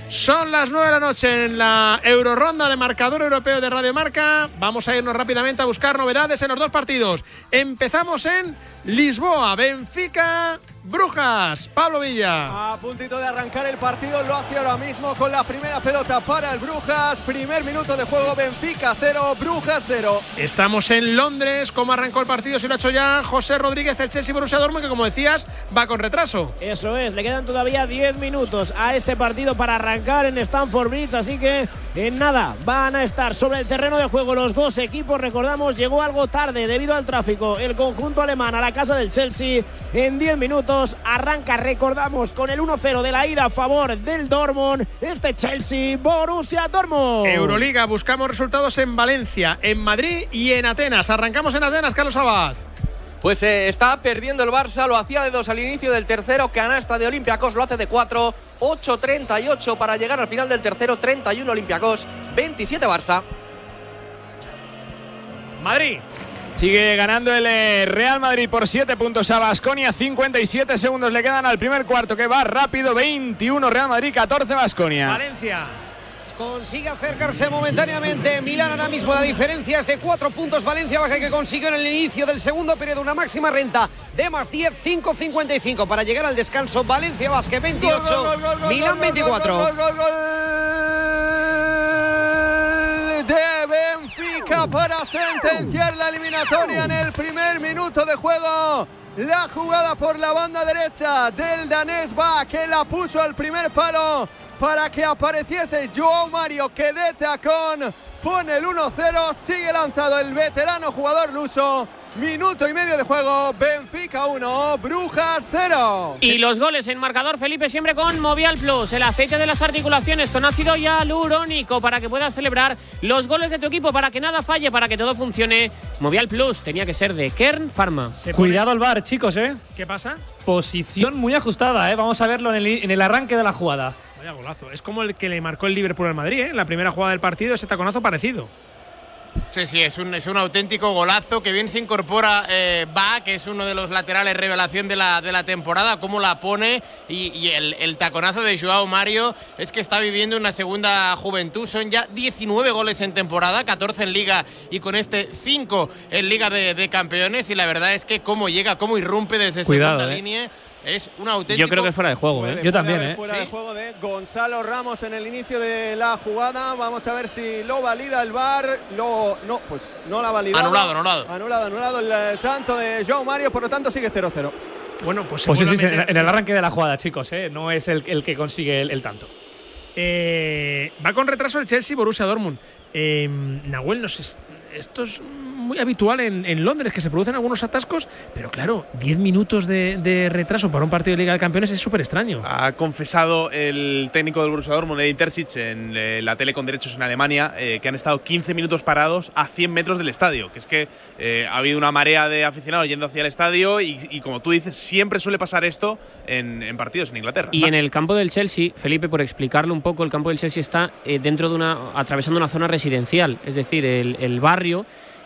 Son las 9 de la noche en la Euroronda de Marcador Europeo de Radio Marca. Vamos a irnos rápidamente a buscar novedades en los dos partidos. Empezamos en Lisboa, Benfica, Brujas. Pablo Villa. A puntito de arrancar el partido, lo hace ahora mismo con la primera pelota para el Brujas. Primer minuto de juego, Benfica 0, Brujas 0. Estamos en Londres. ¿Cómo arrancó el partido? Si lo ha hecho ya José Rodríguez, el Chelsea Borussia Dortmund, que como decías, va con retraso. Eso es, le quedan todavía 10 minutos a este partido para arrancar en Stamford Bridge, así que en nada van a estar sobre el terreno de juego los dos equipos. Recordamos, llegó algo tarde debido al tráfico el conjunto alemán a la casa del Chelsea. En 10 minutos arranca, recordamos, con el 1-0 de la ida a favor del Dortmund, este Chelsea Borussia Dortmund. Euroliga, buscamos resultados en Valencia, en Madrid y en Atenas. Arrancamos en Atenas, Carlos Abad. Pues está perdiendo el Barça, lo hacía de 2 al inicio del tercero, canasta de Olympiacos, lo hace de 4, 8-38 para llegar al final del tercero, 31 Olympiacos, 27 Barça. Madrid. Sigue ganando el Real Madrid por 7 puntos a Baskonia, 57 segundos le quedan al primer cuarto, que va rápido, 21 Real Madrid, 14 Baskonia. Valencia. Consigue acercarse momentáneamente Milán, ahora mismo la diferencia es de 4 puntos. Valencia baja, que consiguió en el inicio del segundo periodo una máxima renta de más 10, 5-55 para llegar al descanso. Valencia Basket 28, Milán 24. Gol de Benfica para sentenciar la eliminatoria en el primer minuto de juego. La jugada por la banda derecha del danés Va, que la puso al primer palo para que apareciese Joao Mario, que de tacón pone el 1-0, sigue lanzado el veterano jugador luso. Minuto y medio de juego, Benfica 1, Brujas 0. Y los goles en marcador, Felipe, siempre con Movial Plus, el aceite de las articulaciones con ácido hialurónico para que puedas celebrar los goles de tu equipo, para que nada falle, para que todo funcione. Movial Plus tenía que ser de Kern Pharma. Cuidado al VAR, chicos, ¿Qué pasa? Posición muy ajustada, Vamos a verlo en el arranque de la jugada. Vaya golazo. Es como el que le marcó el Liverpool al Madrid, En la primera jugada del partido, ese taconazo parecido. Sí, es un auténtico golazo, que bien se incorpora Va, que es uno de los laterales revelación de la temporada, cómo la pone, y el taconazo de Joao Mario es que está viviendo una segunda juventud. Son ya 19 goles en temporada, 14 en Liga y con este 5 en Liga de Campeones, y la verdad es que cómo llega, cómo irrumpe desde segunda línea. Es un auténtico… Yo creo que es fuera de juego, Yo también, Fuera de juego de Gonzalo Ramos en el inicio de la jugada. Vamos a ver si lo valida el VAR. No, pues no la ha validado. Anulado el tanto de Joao Mario, por lo tanto sigue 0-0. Bueno, pues sí, en el arranque de la jugada, chicos, No es el que consigue el tanto. Va con retraso el Chelsea Borussia Dortmund. Nahuel, no sé, esto es muy habitual en Londres, que se producen algunos atascos, pero claro, 10 minutos de retraso para un partido de Liga de Campeones es súper extraño. Ha confesado el técnico del Borussia Dortmund, Edin Terzic, en la tele con derechos en Alemania, que han estado 15 minutos parados a 100 metros del estadio, que es que ha habido una marea de aficionados yendo hacia el estadio y como tú dices, siempre suele pasar esto en partidos en Inglaterra. Y en el campo del Chelsea, Felipe, por explicarlo un poco, el campo del Chelsea está dentro de atravesando una zona residencial, es decir, el barrio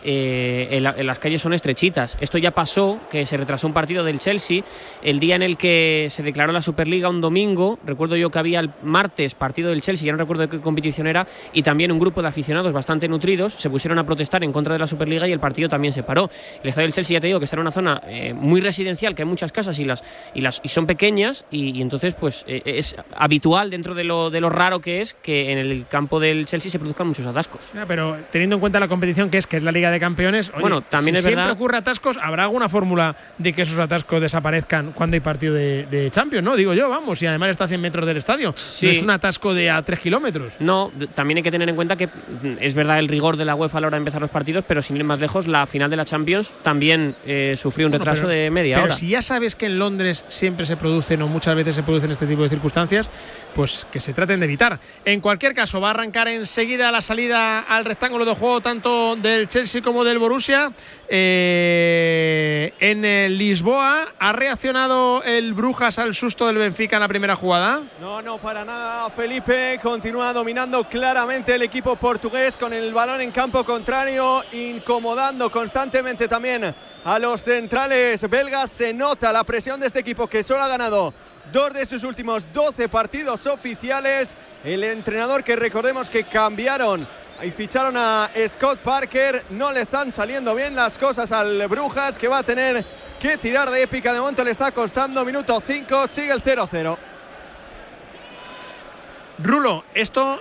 en las calles son estrechitas. Esto ya pasó, que se retrasó un partido del Chelsea el día en el que se declaró la Superliga, un domingo. Recuerdo yo que había el martes partido del Chelsea, ya no recuerdo de qué competición era, y también un grupo de aficionados bastante nutridos se pusieron a protestar en contra de la Superliga y el partido también se paró. El estadio del Chelsea, ya te digo, que está en una zona muy residencial, que hay muchas casas y son pequeñas, y entonces pues es habitual, dentro de lo raro que es, que en el campo del Chelsea se produzcan muchos atascos. Ya, pero teniendo en cuenta la competición que es la Liga de Campeones, oye, bueno, también si es siempre verdad, ocurre atascos, ¿habrá alguna fórmula de que esos atascos desaparezcan cuando hay partido de Champions? No, digo yo, vamos, y además está a 100 metros del estadio. Sí. No es un atasco de a 3 kilómetros. No, también hay que tener en cuenta que es verdad el rigor de la UEFA a la hora de empezar los partidos, pero sin ir más lejos, la final de la Champions también sufrió un retraso de media hora. Pero si ya sabes que en Londres siempre se producen, o muchas veces se producen este tipo de circunstancias, pues que se traten de evitar. En cualquier caso, va a arrancar enseguida la salida al rectángulo de juego tanto del Chelsea como del Borussia. En Lisboa, ¿ha reaccionado el Brujas al susto del Benfica en la primera jugada? No, para nada, Felipe. Continúa dominando claramente el equipo portugués con el balón en campo contrario, incomodando constantemente también a los centrales belgas. Se nota la presión de este equipo, que solo ha ganado 2 de sus últimos 12 partidos oficiales. El entrenador que recordemos que cambiaron y ficharon a Scott Parker, no le están saliendo bien las cosas al Brujas, que va a tener que tirar de épica. De momento le está costando. Minuto 5, sigue el 0-0. Rulo, esto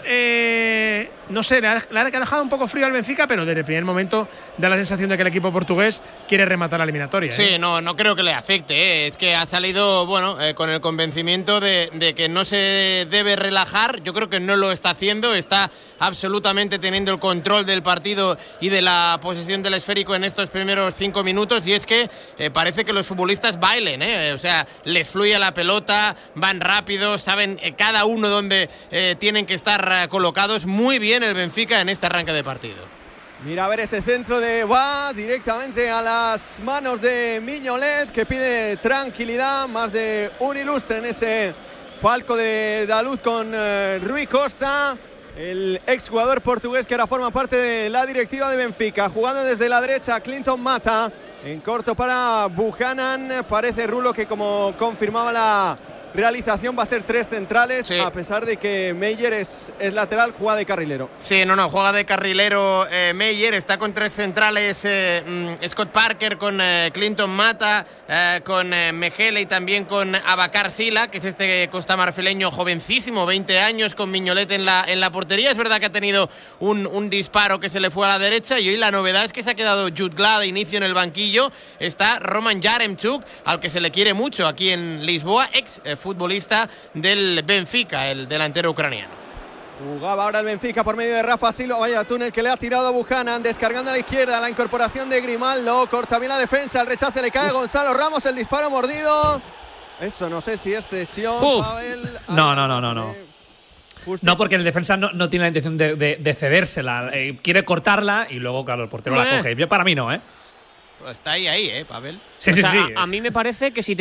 no sé, le ha dejado un poco frío al Benfica, pero desde el primer momento da la sensación de que el equipo portugués quiere rematar la eliminatoria. Sí, no creo que le afecte. Es que ha salido, con el convencimiento de que no se debe relajar. Yo creo que no lo está haciendo. Está absolutamente teniendo el control del partido y de la posesión del esférico en estos primeros 5 minutos. Y es que parece que los futbolistas bailen, o sea, les fluye la pelota, van rápidos, saben cada uno dónde tienen que estar colocados. Muy bien el Benfica en este arranque de partido. Mira a ver ese centro va directamente a las manos de Mignolet, que pide tranquilidad. Más de un ilustre en ese palco de Daluz con Rui Costa, el exjugador portugués que ahora forma parte de la directiva de Benfica. Jugando desde la derecha Clinton Mata, en corto para Buchanan. Parece, Rulo, que como confirmaba la realización va a ser 3 centrales, sí. A pesar de que Meyer es lateral, juega de carrilero. Sí, juega de carrilero Meyer, está con 3 centrales, Scott Parker, con Clinton Mata, con Mejele y también con Abakar Sila, que es este costamarfileño jovencísimo, 20 años, con Mignolet en la portería. Es verdad que ha tenido un disparo que se le fue a la derecha, y hoy la novedad es que se ha quedado Jutgla de inicio en el banquillo. Está Roman Yaremchuk, al que se le quiere mucho aquí en Lisboa, ex futbolista del Benfica, el delantero ucraniano. Jugaba ahora el Benfica por medio de Rafa Silva. Vaya túnel que le ha tirado a Buchanan, descargando a la izquierda. La incorporación de Grimaldo, corta bien la defensa, el rechace le cae a Gonzalo Ramos, el disparo mordido. Eso no sé si es cesión, Pavel. No. No, porque el defensa no tiene la intención de cedérsela. Quiere cortarla y luego, claro, el portero la coge. Yo, para mí no, Está ahí, Pavel. Sí. A mí me parece que si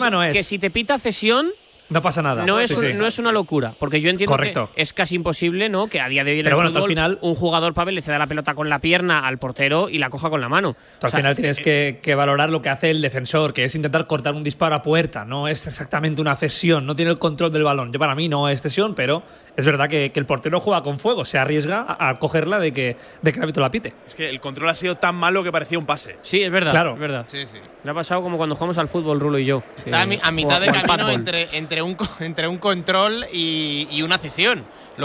te pita cesión, no pasa nada. No es una locura, porque yo entiendo que es casi imposible, ¿no?, que a día de hoy en el fútbol, al final, un jugador, Pavel, le ceda la pelota con la pierna al portero y la coja con la mano. Al final tienes que valorar lo que hace el defensor, que es intentar cortar un disparo a puerta. No es exactamente una cesión, no tiene el control del balón. Yo, para mí, no es cesión, pero es verdad que el portero juega con fuego, se arriesga a cogerla de que el árbitro la pite. Es que el control ha sido tan malo que parecía un pase. Sí, es verdad. Claro. Es verdad. Sí. Le ha pasado como cuando jugamos al fútbol, Rulo y yo. Está a mitad de camino entre un control y una cesión.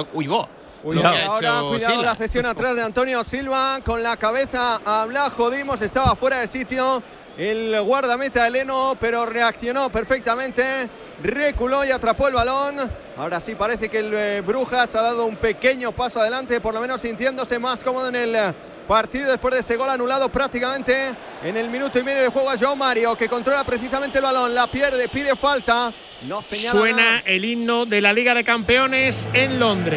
Cuidado la cesión atrás de Antonio Silva, con la cabeza a Blajo Dimos, estaba fuera de sitio el guardameta heleno, pero reaccionó perfectamente, reculó y atrapó el balón. Ahora sí parece que el Brujas ha dado un pequeño paso adelante, por lo menos sintiéndose más cómodo en el partido después de ese gol anulado prácticamente en el minuto y medio de juego a João Mario, que controla precisamente el balón, la pierde, pide falta, no señala. Suena nada. El himno de la Liga de Campeones en Londres.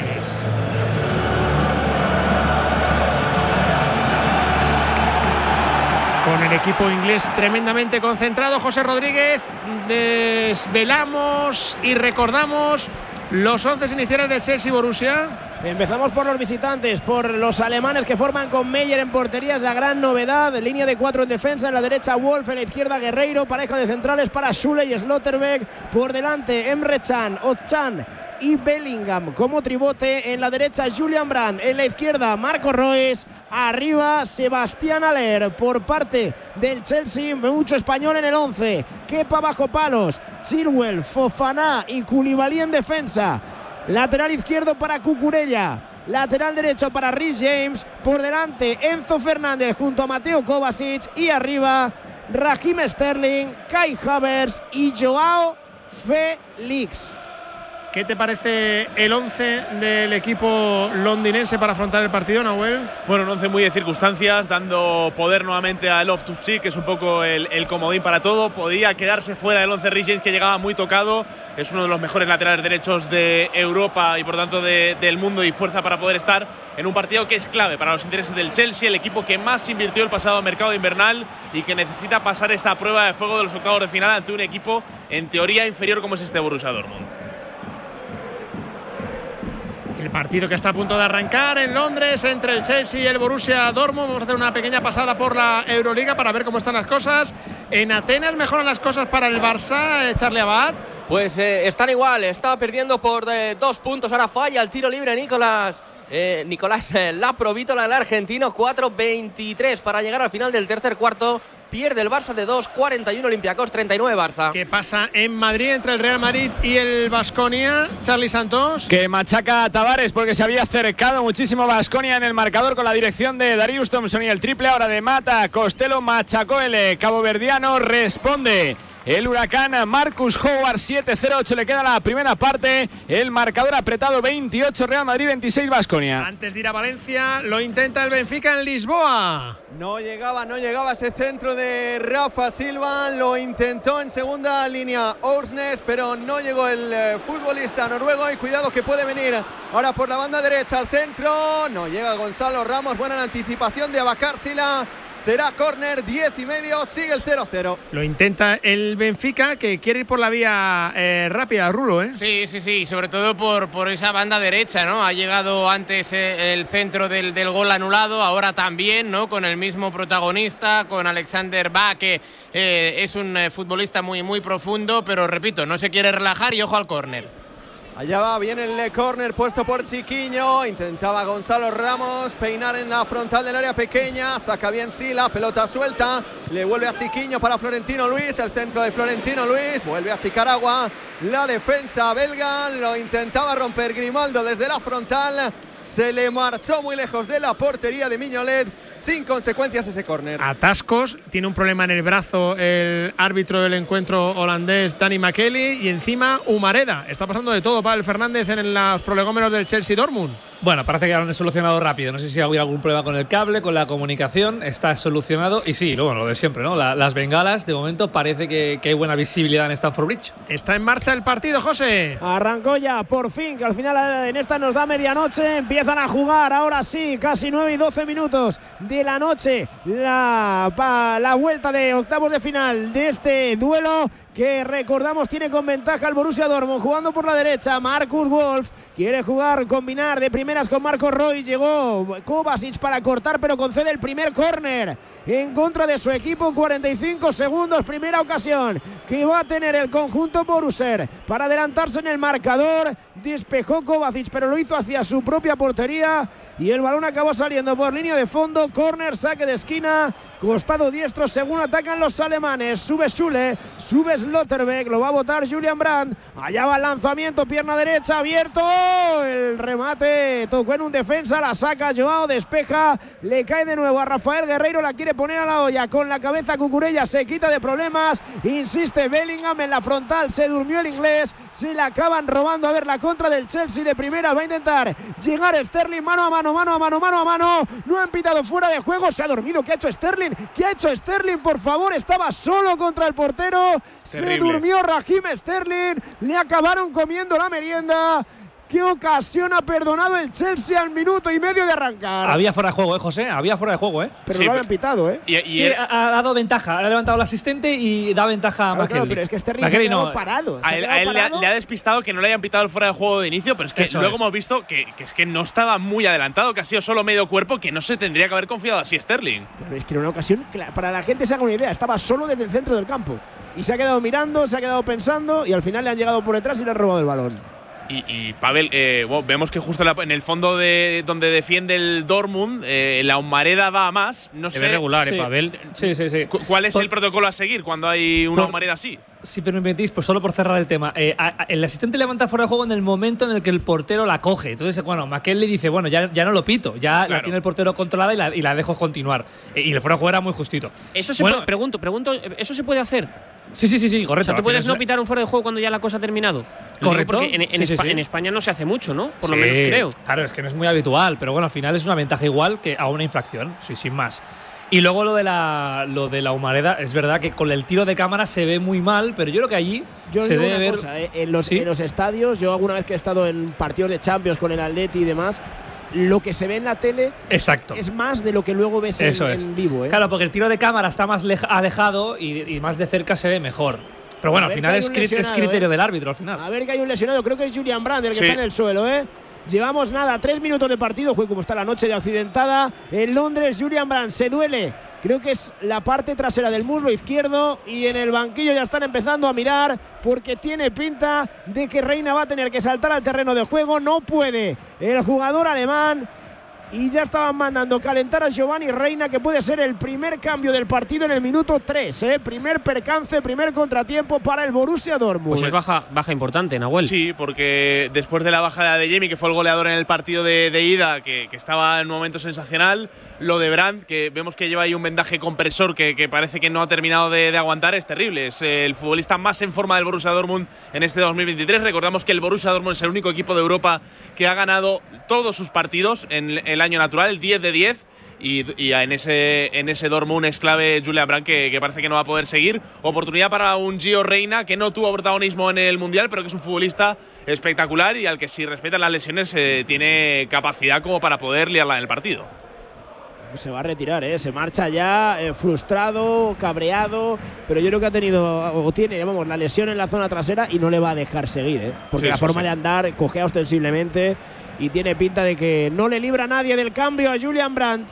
Con el equipo inglés tremendamente concentrado, José Rodríguez, desvelamos y recordamos los 11 iniciales del Chelsea Borussia. Empezamos por los visitantes, por los alemanes que forman con Meyer en portería, es la gran novedad. Línea de 4 en defensa, en la derecha Wolf, en la izquierda Guerreiro, pareja de centrales para Schule y Slotterbeck. Por delante Emre Can, Ozcan y Bellingham como tribote. En la derecha Julian Brandt, en la izquierda Marco Reus, arriba Sebastián Haller. Por parte del Chelsea, mucho español en el 11. Kepa bajo palos, Chilwell, Fofana y Koulibaly en defensa. Lateral izquierdo para Cucurella, lateral derecho para Reece James, por delante Enzo Fernández junto a Mateo Kovacic y arriba Raheem Sterling, Kai Havertz y Joao Félix. ¿Qué te parece el 11 del equipo londinense para afrontar el partido, Nahuel? Bueno, un 11 muy de circunstancias, dando poder nuevamente a Loftus-Cheek, que es un poco el comodín para todo. Podía quedarse fuera del 11 Reece James, que llegaba muy tocado. Es uno de los mejores laterales derechos de Europa y por tanto del mundo, y fuerza para poder estar en un partido que es clave para los intereses del Chelsea, el equipo que más invirtió el pasado mercado invernal y que necesita pasar esta prueba de fuego de los octavos de final ante un equipo en teoría inferior como es este Borussia Dortmund. El partido que está a punto de arrancar en Londres entre el Chelsea y el Borussia Dortmund. Vamos a hacer una pequeña pasada por la Euroliga para ver cómo están las cosas. En Atenas mejoran las cosas para el Barça, Charlie Abad. Pues están igual, está perdiendo por 2 puntos. Ahora falla el tiro libre Nicolás Laprovítola, el argentino. 4:23 para llegar al final del tercer cuarto. Pierde el Barça de 2, 41 Olympiacos, 39 Barça. ¿Qué pasa en Madrid entre el Real Madrid y el Baskonia? Charly Santos. Que machaca a Tavares porque se había acercado muchísimo Baskonia en el marcador con la dirección de Darius Thompson y el triple ahora de Mata. Costello machacó el caboverdiano, responde el Huracán. Marcus Howard, 7-0-8 le queda la primera parte. El marcador apretado, 28 Real Madrid, 26 Baskonia. Antes de ir a Valencia, lo intenta el Benfica en Lisboa. No llegaba ese centro de Rafa Silva. Lo intentó en segunda línea Orsnes, pero no llegó el futbolista noruego. Y cuidado que puede venir ahora por la banda derecha al centro. No llega Gonzalo Ramos. Buena la anticipación de Abakar Sila. Será córner, 10:30, sigue el 0-0. Lo intenta el Benfica, que quiere ir por la vía rápida, Rulo, ¿eh? Sí, sobre todo por esa banda derecha, ¿no? Ha llegado antes el centro del gol anulado, ahora también, ¿no? Con el mismo protagonista, con Alexander Bá, que es un futbolista muy profundo, pero repito, no se quiere relajar y ojo al córner. Allá va, viene el córner puesto por Chiquiño. Intentaba Gonzalo Ramos peinar en la frontal del área pequeña. Saca bien Sila, pelota suelta. Le vuelve a Chiquiño para Florentino Luis. El centro de Florentino Luis. Vuelve a Chicaragua. La defensa belga lo intentaba romper Grimaldo desde la frontal. Se le marchó muy lejos de la portería de Mignolet. Sin consecuencias ese córner. Atascos, tiene un problema en el brazo el árbitro del encuentro holandés Danny McKelly y encima Humareda. Está pasando de todo Pavel Fernández en los prolegómenos del Chelsea Dortmund. Bueno, parece que lo han solucionado rápido. No sé si había algún problema con el cable, con la comunicación. Está solucionado. Y sí, bueno, lo de siempre, ¿no? Las bengalas, de momento parece que hay buena visibilidad en Stamford Bridge. Está en marcha el partido, José. Arrancó ya, por fin, que al final en esta nos da medianoche. Empiezan a jugar, ahora sí, casi 9 y 12 minutos de la noche. La vuelta de octavos de final de este duelo, que recordamos tiene con ventaja el Borussia Dortmund, jugando por la derecha. Marcus Wolf quiere combinar de primeras con Marco Royce. Llegó Kovacic para cortar, pero concede el primer córner en contra de su equipo. 45 segundos, primera ocasión que va a tener el conjunto Borusser para adelantarse en el marcador. Despejó Kovacic, pero lo hizo hacia su propia portería y el balón acabó saliendo por línea de fondo. Córner, saque de esquina, costado diestro, según atacan los alemanes. Sube Schule, sube Slotterbeck, lo va a botar Julian Brandt. Allá va el lanzamiento, pierna derecha, abierto. El remate tocó en un defensa, la saca Joao, despeja, le cae de nuevo a Rafael Guerreiro, la quiere poner a la olla con la cabeza. Cucurella se quita de problemas, insiste Bellingham en la frontal, se durmió el inglés, se la acaban robando. A ver, la contra del Chelsea de primera, va a intentar llegar Sterling, mano a mano, no han pitado fuera de juego, se ha dormido. ¿Qué ha hecho Sterling? Por favor, estaba solo contra el portero. Terrible. Se durmió Raheem Sterling, le acabaron comiendo la merienda. ¿Qué ocasión ha perdonado el Chelsea al minuto y medio de arrancar? Había fuera de juego, José, había fuera de juego, Pero sí, lo habían pitado, Sí, ha dado ventaja, ha levantado el asistente y da ventaja a McKelly. Pero es que Sterling se ha quedado parado. A él le ha despistado que no le hayan pitado el fuera de juego de inicio, pero es que luego hemos visto que es que no estaba muy adelantado, que ha sido solo medio cuerpo, que no se tendría que haber confiado así Sterling. Pero es que era una ocasión, para la gente se haga una idea, estaba solo desde el centro del campo. Y se ha quedado mirando, se ha quedado pensando y al final le han llegado por detrás y le han robado el balón. Y Pavel, vemos que justo en el fondo de donde defiende el Dortmund, la Humareda va a más. No sé. regular, Pavel. Sí. ¿Cuál es el protocolo a seguir cuando hay una Humareda así? Si me permitís, pues solo por cerrar el tema. El asistente levanta fuera de juego en el momento en el que el portero la coge. Entonces, McKelly dice, ya no lo pito, ya la tiene el portero controlada y la dejo continuar. Y el fuera de juego era muy justito. Eso pregunto, ¿eso se puede hacer? Sí, correcto. O sea, ¿tú puedes no pitar un fuera de juego cuando ya la cosa ha terminado? Correcto. Porque en España no se hace mucho, ¿no? Por lo menos creo. Claro, es que no es muy habitual, pero bueno, al final es una ventaja igual que a una infracción, sin más. Y luego lo de la Humareda, es verdad que con el tiro de cámara se ve muy mal, pero yo creo que allí se debe ver. En los estadios, yo alguna vez que he estado en partidos de Champions con el Atleti y demás, lo que se ve en la tele es más de lo que luego ves en vivo. Claro, porque el tiro de cámara está más alejado y más de cerca se ve mejor. Pero bueno, al final es criterio del árbitro. Al final. A ver que hay un lesionado, creo que es Julian Brandt el que está en el suelo. Llevamos 3 minutos de partido, como está la noche de accidentada en Londres. Julian Brandt se duele creo que es la parte trasera del muslo izquierdo, y en el banquillo ya están empezando a mirar porque tiene pinta de que Reina va a tener que saltar al terreno de juego. No puede el jugador alemán. Y ya estaban mandando calentar a Giovanni Reina, que puede ser el primer cambio del partido en el minuto 3. Primer percance, primer contratiempo para el Borussia Dortmund. Pues es baja importante, Nahuel. Sí, porque después de la bajada de Jamie, que fue el goleador en el partido de ida, que estaba en un momento sensacional, lo de Brandt, que vemos que lleva ahí un vendaje compresor que parece que no ha terminado de aguantar, es terrible. Es el futbolista más en forma del Borussia Dortmund en este 2023. Recordamos que el Borussia Dortmund es el único equipo de Europa que ha ganado todos sus partidos en el año natural, el 10 de 10. Y en ese Dortmund es clave Julian Brandt, que parece que no va a poder seguir. Oportunidad para un Gio Reina, que no tuvo protagonismo en el Mundial, pero que es un futbolista espectacular y al que, si respetan las lesiones, tiene capacidad como para poder liarla en el partido. Se va a retirar, se marcha ya, frustrado, cabreado, pero yo creo que ha tenido o tiene, vamos, la lesión en la zona trasera y no le va a dejar seguir, porque la forma de andar cojea ostensiblemente y tiene pinta de que no le libra a nadie del cambio a Julian Brandt.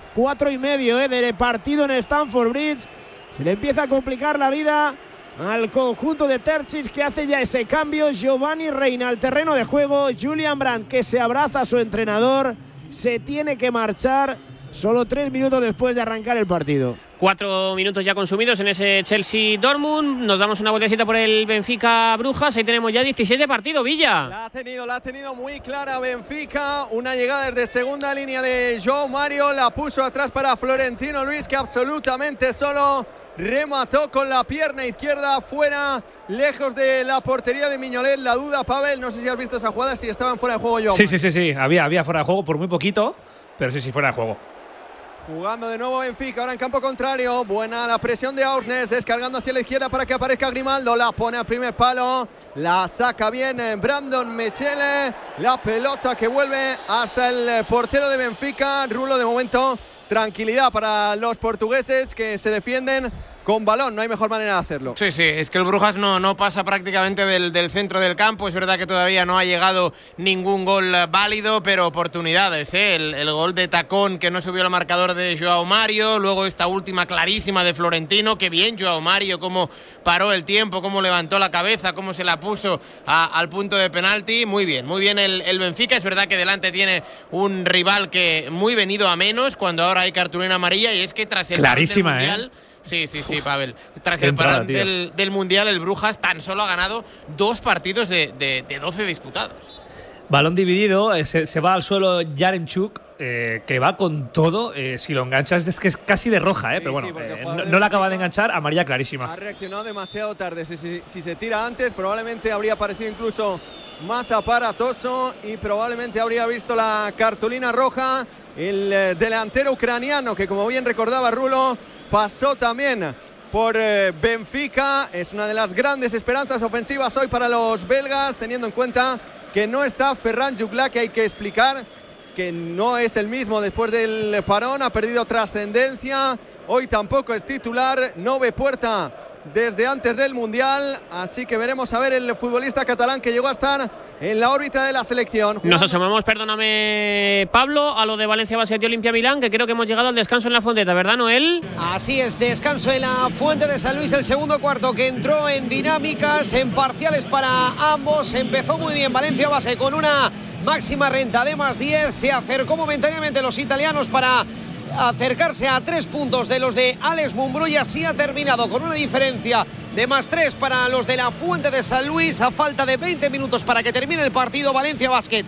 4,5 de partido en Stamford Bridge. Se le empieza a complicar la vida al conjunto de Terzic, que hace ya ese cambio. Giovanni Reina al terreno de juego. Julian Brandt, que se abraza a su entrenador, se tiene que marchar solo 3 minutos después de arrancar el partido. 4 minutos ya consumidos en ese Chelsea-Dortmund. Nos damos una vueltecita por el Benfica-Brujas. Ahí tenemos ya 16 de partido, Villa. La ha tenido muy clara Benfica. Una llegada desde segunda línea de João Mario. La puso atrás para Florentino Luis, que absolutamente solo remató con la pierna izquierda fuera, lejos de la portería de Mignolet. La duda, Pavel, no sé si has visto esa jugada, si estaban fuera de juego João. Sí. Había fuera de juego por muy poquito, pero sí, fuera de juego. Jugando de nuevo Benfica, ahora en campo contrario. Buena la presión de Ausnes, descargando hacia la izquierda para que aparezca Grimaldo. La pone al primer palo, la saca bien Brandon Mechele. La pelota que vuelve hasta el portero de Benfica. Rulo, de momento, tranquilidad para los portugueses, que se defienden con balón, no hay mejor manera de hacerlo. Sí, es que el Brujas no pasa prácticamente del centro del campo. Es verdad que todavía no ha llegado ningún gol válido, pero oportunidades, el gol de tacón que no subió al marcador de João Mario, luego esta última clarísima de Florentino. Qué bien João Mario, cómo paró el tiempo, cómo levantó la cabeza, cómo se la puso al punto de penalti. Muy bien el Benfica. Es verdad que delante tiene un rival que muy venido a menos, cuando ahora hay cartulina amarilla, y es que tras el clarísima, Mundial, Sí, Pavel. Tras el parón del Mundial, el Brujas tan solo ha ganado 2 partidos de 12 disputados. Balón dividido, se va al suelo Yaremchuk, que va con todo. Si lo enganchas, es que es casi de roja, pero bueno, no la acaba de enganchar, amarilla clarísima. Ha reaccionado demasiado tarde. Si se tira antes, probablemente habría parecido incluso más aparatoso y probablemente habría visto la cartulina roja. El delantero ucraniano, que como bien recordaba Rulo, pasó también por Benfica. Es una de las grandes esperanzas ofensivas hoy para los belgas, teniendo en cuenta que no está Ferran Jugla, que hay que explicar que no es el mismo después del parón, ha perdido trascendencia, hoy tampoco es titular, no ve puerta desde antes del Mundial, así que veremos a ver el futbolista catalán que llegó a estar en la órbita de la selección. Nos asomamos, perdóname Pablo, a lo de Valencia Basket y Olimpia Milán, que creo que hemos llegado al descanso en la Fonteta, ¿verdad, Noel? Así es, descanso en la Fuente de San Luis, el segundo cuarto, que entró en dinámicas, en parciales para ambos. Empezó muy bien Valencia Basket con una máxima renta de +10, se acercó momentáneamente los italianos para acercarse a 3 puntos de los de Alex Mumbrú, y así ha terminado con una diferencia de +3 para los de la Fuente de San Luis, a falta de 20 minutos para que termine el partido. Valencia Basket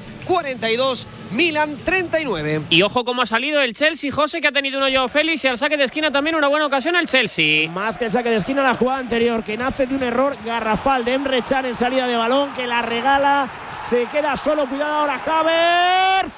42, Milan 39. Y ojo cómo ha salido el Chelsea, José, que ha tenido un Joao Félix, y al saque de esquina también una buena ocasión el Chelsea. Más que el saque de esquina, la jugada anterior, que nace de un error garrafal de Emre Can en salida de balón, que la regala. Se queda solo, cuidado ahora Havertz,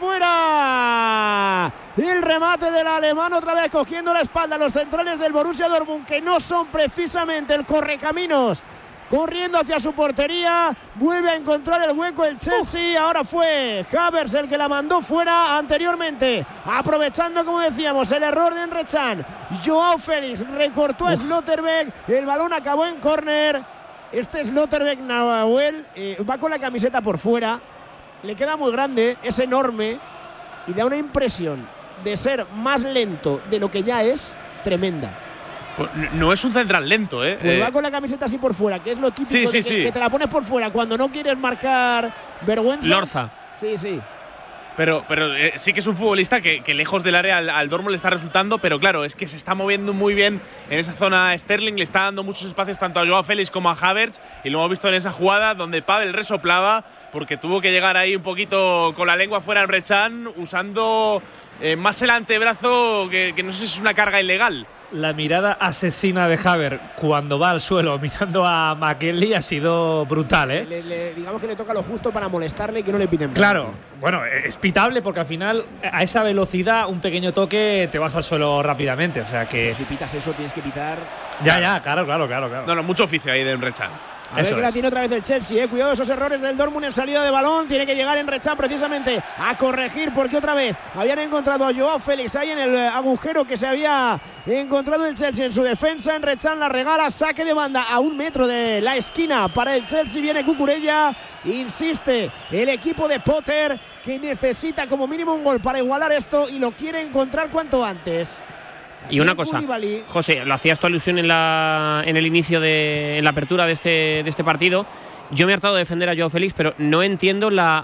fuera. El remate del alemán, otra vez cogiendo la espalda a los centrales del Borussia Dortmund, que no son precisamente el correcaminos, corriendo hacia su portería. Vuelve a encontrar el hueco el Chelsea. Ahora fue Havertz el que la mandó fuera anteriormente, aprovechando, como decíamos, el error de Emre Can. Joao Félix recortó a Slotterbeck, el balón acabó en córner. Este Slotterbeck, Nahuel, va con la camiseta por fuera, le queda muy grande, es enorme y da una impresión de ser más lento de lo que ya es. tremenda. Pues no es un central lento, ¿eh? Pues va con la camiseta así por fuera, que es lo típico que te la pones por fuera cuando no quieres marcar vergüenza. Lorza. Sí. Pero sí que es un futbolista que lejos del área al Dortmund le está resultando, pero claro, es que se está moviendo muy bien en esa zona Sterling, le está dando muchos espacios tanto a Joao Félix como a Havertz, y lo hemos visto en esa jugada donde Pavel resoplaba porque tuvo que llegar ahí un poquito con la lengua fuera Emre Can, usando más el antebrazo que no sé si es una carga ilegal. La mirada asesina de Havertz cuando va al suelo mirando a McKennie ha sido brutal, ¿eh? Digamos que le toca lo justo para molestarle y que no le piten. Claro, bueno, es pitable porque al final a esa velocidad un pequeño toque te vas al suelo rápidamente, o sea que… Pero si pitas eso tienes que pitar… Ya, claro. No, mucho oficio ahí de Emre Can. A ver que la tiene otra vez el Chelsea, cuidado de esos errores del Dortmund en salida de balón. Tiene que llegar Emre Can precisamente a corregir, porque otra vez habían encontrado a Joao Félix ahí en el agujero que se había encontrado el Chelsea en su defensa. Emre Can la regala, saque de banda a 1 metro de la esquina para el Chelsea. Viene Cucurella, insiste el equipo de Potter, que necesita como mínimo un gol para igualar esto y lo quiere encontrar cuanto antes. Y una cosa, José, lo hacías tu alusión en el inicio en la apertura de este partido. Yo me he hartado de defender a Joao Félix, pero no entiendo la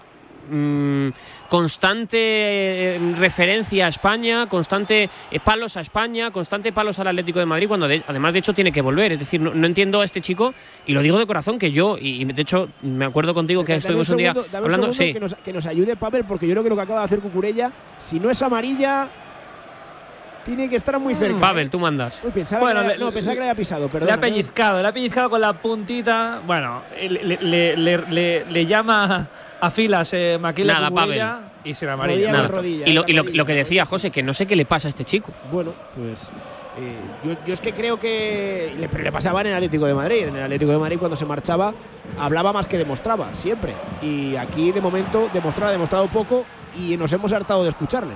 constante referencia a España, constante palos a España, constante palos al Atlético de Madrid, cuando además de hecho tiene que volver. Es decir, no entiendo a este chico, y lo digo de corazón, que yo, y de hecho me acuerdo contigo que estuvimos un día hablando… Sí. Que nos ayude Pavel, porque yo creo que lo que acaba de hacer Cucurella, si no es amarilla… Tiene que estar muy cerca. Pavel, tú mandas. Uy, pensaba que le había pisado, perdón. Le ha pellizcado con la puntita. Bueno, le llama a filas McKennie Cucurella y se la amarilla. Rodilla, y lo que decía José, que no sé qué le pasa a este chico. Bueno, pues yo es que creo que le pasaba en el Atlético de Madrid. En el Atlético de Madrid, cuando se marchaba, hablaba más que demostraba, siempre. Y aquí, de momento, ha demostrado poco y nos hemos hartado de escucharle.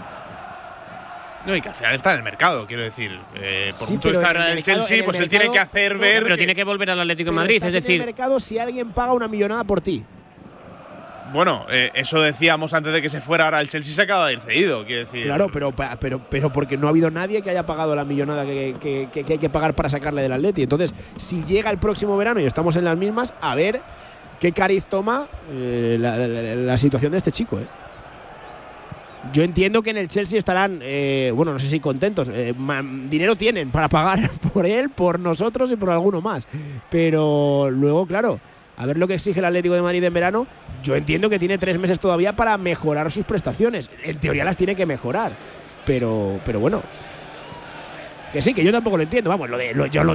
No, y que al final está en el mercado, quiero decir. Por mucho que está en el Chelsea, pues él tiene que hacer ver… Pero tiene que volver al Atlético de Madrid, es decir… en el mercado si alguien paga una millonada por ti. Bueno, eso decíamos antes de que se fuera, ahora el Chelsea se acaba de ir cedido, quiero decir… Claro, pero porque no ha habido nadie que haya pagado la millonada que hay que pagar para sacarle del Atleti. Entonces, si llega el próximo verano y estamos en las mismas, a ver qué cariz toma la situación de este chico, Yo entiendo que en el Chelsea estarán, no sé si contentos. Dinero tienen para pagar por él, por nosotros y por alguno más. Pero luego, claro, a ver lo que exige el Atlético de Madrid en verano. Yo entiendo que tiene 3 meses todavía para mejorar sus prestaciones. En teoría las tiene que mejorar. Pero bueno. Que sí, que yo tampoco lo entiendo. Vamos, lo de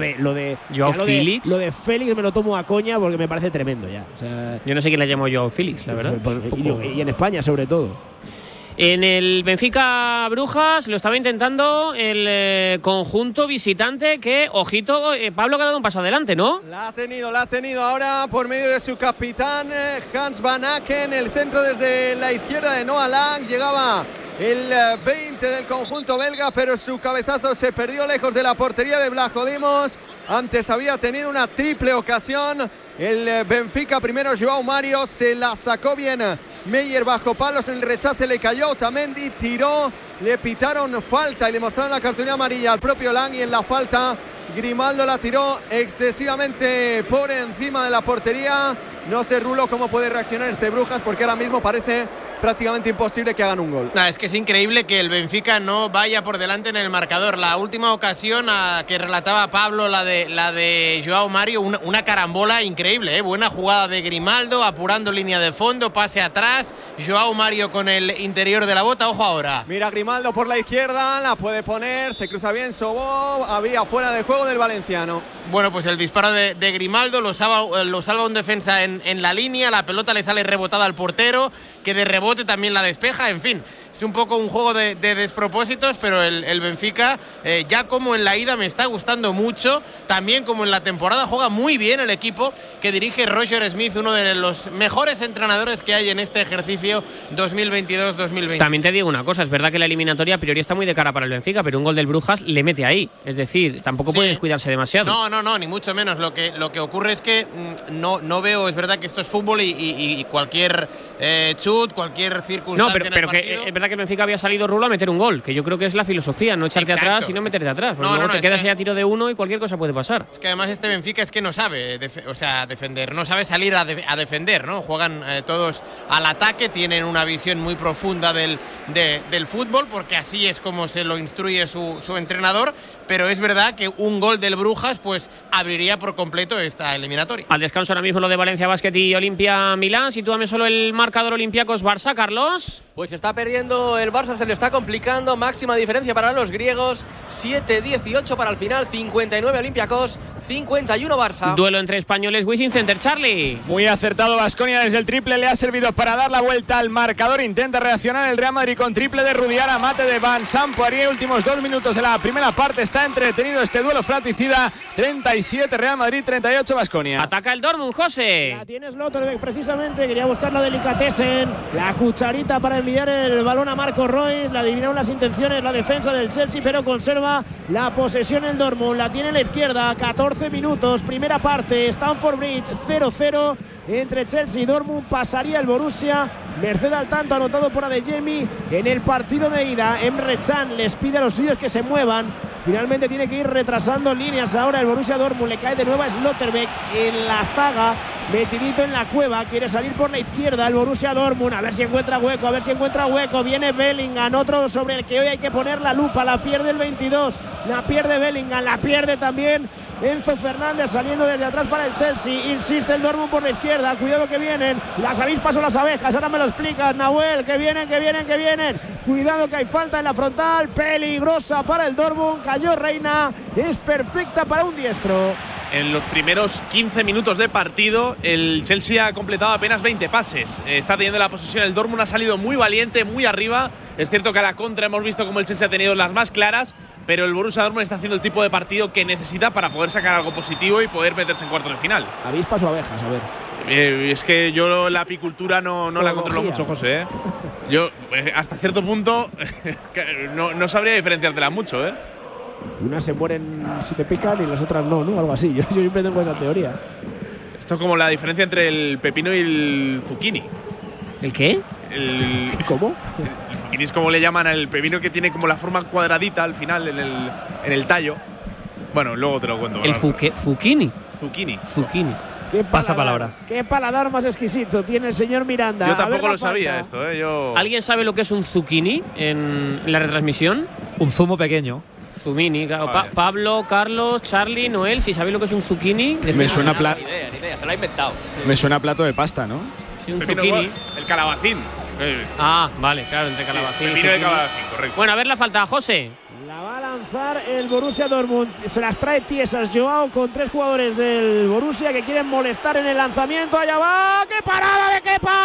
Félix me lo tomo a coña porque me parece tremendo ya. O sea, yo no sé quién le llamo Joao Félix, la verdad. Y en España, sobre todo. En el Benfica Brujas lo estaba intentando el conjunto visitante, que, ojito, Pablo, que ha dado un paso adelante, ¿no? La ha tenido ahora por medio de su capitán Hans Van Aken. El centro desde la izquierda de Noah Lang. Llegaba el 20 del conjunto belga, pero su cabezazo se perdió lejos de la portería de Vlachodimos. Antes había tenido una triple ocasión el Benfica. Primero Joao Mario, se la sacó bien Meyer bajo palos, en el rechace le cayó Otamendi, tiró, le pitaron falta y le mostraron la cartulina amarilla al propio Lang, y en la falta Grimaldo la tiró excesivamente por encima de la portería. No sé, Rulo, cómo puede reaccionar este Brujas, porque ahora mismo parece prácticamente imposible que hagan un gol. Es que es increíble que el Benfica no vaya por delante en el marcador. La última ocasión que relataba Pablo, la de Joao Mario, una carambola increíble, buena jugada de Grimaldo, apurando línea de fondo, pase atrás, Joao Mario con el interior de la bota. Ojo ahora. Mira Grimaldo por la izquierda, la puede poner, se cruza bien Sobó, había fuera de juego del valenciano. Bueno, pues el disparo de Grimaldo lo salva un defensa en la línea, la pelota le sale rebotada al portero, que de rebote también la despeja. En fin, es un poco un juego de despropósitos, pero el Benfica, ya como en la ida, me está gustando mucho. También como en la temporada, juega muy bien el equipo que dirige Roger Smith, uno de los mejores entrenadores que hay en este ejercicio 2022-2020. También te digo una cosa, es verdad que la eliminatoria a priori está muy de cara para el Benfica, pero un gol del Brujas le mete ahí. Es decir, tampoco puede descuidarse demasiado. No, ni mucho menos. Lo que ocurre es que no veo, es verdad que esto es fútbol y cualquier chut, cualquier circunstancia. No, pero que es verdad que el Benfica había salido Rulo a meter un gol, que yo creo que es la filosofía, no echarte atrás y no meterte atrás. Porque luego te quedas ahí a tiro de uno y cualquier cosa puede pasar. Es que además este Benfica es que no sabe defender, no sabe salir a defender, ¿no? Juegan todos al ataque, tienen una visión muy profunda del fútbol, porque así es como se lo instruye su entrenador, pero es verdad que un gol del Brujas pues abriría por completo esta eliminatoria. Al descanso ahora mismo lo de Valencia Basket y Olimpia Milán. Sitúame solo el marcador Olympiacos Barça, Carlos. Pues está perdiendo el Barça, se le está complicando. Máxima diferencia para los griegos. 7-18 para el final. 59 Olympiacos, 51 Barça. Duelo entre españoles, Wizzing Center, Charlie. Muy acertado Baskonia desde el triple, le ha servido para dar la vuelta al marcador. Intenta reaccionar el Real Madrid con triple de Rudiara, mate de Vincent Poirier. Últimos 2 minutos de la primera parte. Está entretenido este duelo fratricida. 37 Real Madrid, 38 Baskonia. Ataca el Dortmund, José. La tiene Slotterbeck precisamente, quería buscar la delicatessen, la cucharita para enviar el balón a Marco Reus. La adivinaron las intenciones la defensa del Chelsea, pero conserva la posesión el Dortmund. La tiene en la izquierda, 14 minutos, primera parte, Stamford Bridge 0-0 entre Chelsea y Dortmund. Pasaría el Borussia, merced al tanto anotado por Adeyemi en el partido de ida. Emre Can les pide a los suyos que se muevan. Finalmente tiene que ir retrasando líneas ahora el Borussia Dortmund. Le cae de nuevo a Slotterbeck en la zaga, metidito en la cueva. Quiere salir por la izquierda el Borussia Dortmund. A ver si encuentra hueco, a ver si encuentra hueco. Viene Bellingham, otro sobre el que hoy hay que poner la lupa. La pierde el 22, la pierde Bellingham, la pierde también Enzo Fernández saliendo desde atrás para el Chelsea. Insiste el Dortmund por la izquierda. Cuidado que vienen las avispas o las abejas. Ahora me lo explicas, Nahuel. Que vienen. Cuidado que hay falta en la frontal. Peligrosa para el Dortmund. Cayó Reina. Es perfecta para un diestro. En los primeros 15 minutos de partido, el Chelsea ha completado apenas 20 pases. Está teniendo la posesión el Dortmund, ha salido muy valiente, muy arriba. Es cierto que a la contra hemos visto como el Chelsea ha tenido las más claras, pero el Borussia Dortmund está haciendo el tipo de partido que necesita para poder sacar algo positivo y poder meterse en cuartos de final. ¿Avispas o abejas? A ver. Es que yo la apicultura no la controlo mucho, José. Yo, hasta cierto punto, no sabría diferenciártela mucho, Unas se mueren si te pican y las otras no, Algo así. Yo siempre tengo esa teoría. Esto es como la diferencia entre el pepino y el zucchini. ¿El qué? ¿Cómo? El zucchini es como le llaman al pepino, que tiene como la forma cuadradita al final en el tallo. Bueno, luego te lo cuento. ¿El zucchini? Zucchini. ¿Qué pasa palabra? Qué paladar más exquisito tiene el señor Miranda. Yo tampoco lo sabía esto, ¿Alguien sabe lo que es un zucchini en la retransmisión? Un zumo pequeño. Zumini, claro. Pablo, Carlos, Charlie, Noel, si sabéis lo que es un zucchini. Me suena Ni idea, se lo ha inventado. Me suena plato de pasta, ¿no? Sí, un zucchini. El calabacín. Vale, claro, entre calabacín. Pepino de calabacín, correcto. Bueno, a ver la falta, José. La va a lanzar el Borussia Dortmund. Se las trae tiesas Joao con 3 jugadores del Borussia que quieren molestar en el lanzamiento. Allá va. ¡Qué parada de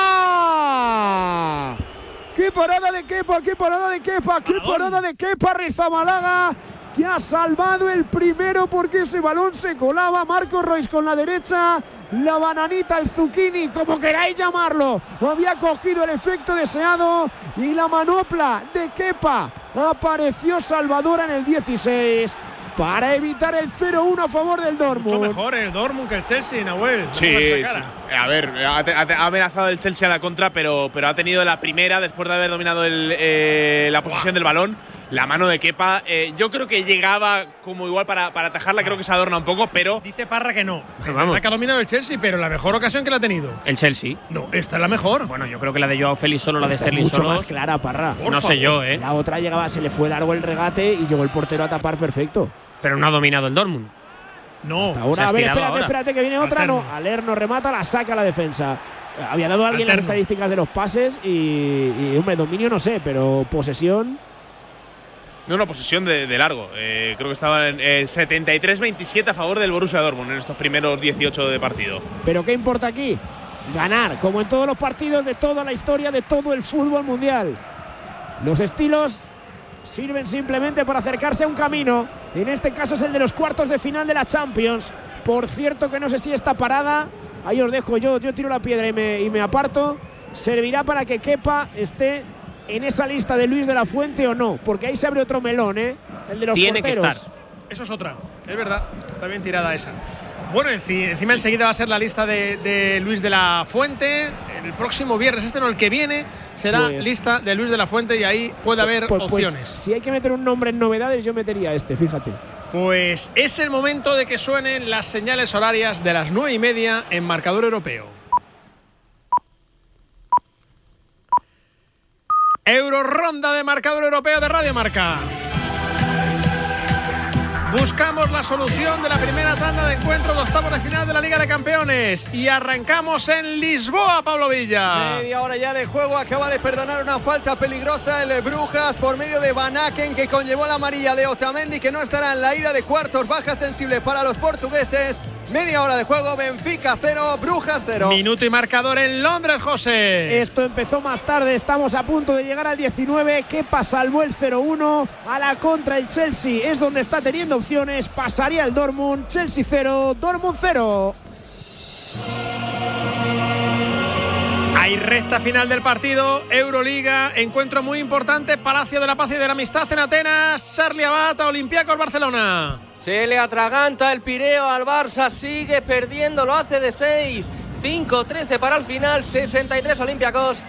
Kepa! ¡Qué parada de Kepa! ¡Qué parada de Kepa! ¡Qué parada de Kepa! Rizabalaga, que ha salvado el primero porque ese balón se colaba. Marco Reus con la derecha, la bananita, el zucchini, como queráis llamarlo, había cogido el efecto deseado y la manopla de Kepa apareció salvadora en el 16 para evitar el 0-1 a favor del Dortmund. Mucho mejor el Dortmund que el Chelsea, Nahuel. Sí. A ver, ha amenazado el Chelsea a la contra, pero ha tenido la primera después de haber dominado la posesión del balón. La mano de Kepa, yo creo que llegaba como igual para atajarla, creo que se adorna un poco, pero… Dice Parra que no. Vamos. Que ha dominado el Chelsea, pero la mejor ocasión que la ha tenido. El Chelsea. No, esta es la mejor. Bueno, yo creo que la de Joao Félix solo, la de Sterling mucho solo. más clara, Parra. No sé yo, La otra llegaba, se le fue largo el regate y llegó el portero a tapar perfecto. Pero no ha dominado el Dortmund. No. Ahora, a ver, espérate, que viene otra. No, Alerno remata, la saca la defensa. Había dado a alguien las estadísticas de los pases y hombre, dominio no sé, pero posesión… No, posesión de largo. Creo que estaba en 73-27 a favor del Borussia Dortmund en estos primeros 18 de partido. ¿Pero qué importa aquí? Ganar, como en todos los partidos de toda la historia de todo el fútbol mundial. Los estilos sirven simplemente para acercarse a un camino. En este caso es el de los cuartos de final de la Champions. Por cierto que no sé si esta parada, ahí os dejo, yo tiro la piedra y me aparto, servirá para que Kepa esté en esa lista de Luis de la Fuente o no, porque ahí se abre otro melón, el de los Tiene porteros. que estar. Eso es otra, es verdad. Está bien tirada esa. Bueno, encima enseguida va a ser la lista de Luis de la Fuente. El próximo viernes, no, el que viene, será lista de Luis de la Fuente y ahí puede haber opciones. Si hay que meter un nombre en novedades, yo metería fíjate. Pues es el momento de que suenen las señales horarias de las 9:30 en Marcador Europeo. Euroronda de Marcador Europeo de Radio Marca. Buscamos la solución de la primera tanda de encuentros de octavos de final de la Liga de Campeones y arrancamos en Lisboa, Pablo Villa. Media hora ya de juego, acaba de perdonar una falta peligrosa el Brujas por medio de Van Aken, que conllevó la amarilla de Otamendi, que no estará en la ida de cuartos. Baja sensible para los portugueses. Media hora de juego, Benfica 0, Brujas 0. Minuto y marcador en Londres, José. Esto empezó más tarde, estamos a punto de llegar al 19. Kepa salvó el 0-1 a la contra. El Chelsea es donde está teniendo opciones. Pasaría el Dortmund. Chelsea 0, Dortmund 0. Hay recta final del partido, Euroliga, encuentro muy importante, Palacio de la Paz y de la Amistad en Atenas, Charlie Abad, Olympiacos Barcelona. Se le atraganta el Pireo al Barça, sigue perdiendo, lo hace de 6. 5-13 para el final, 63 Olympiacos,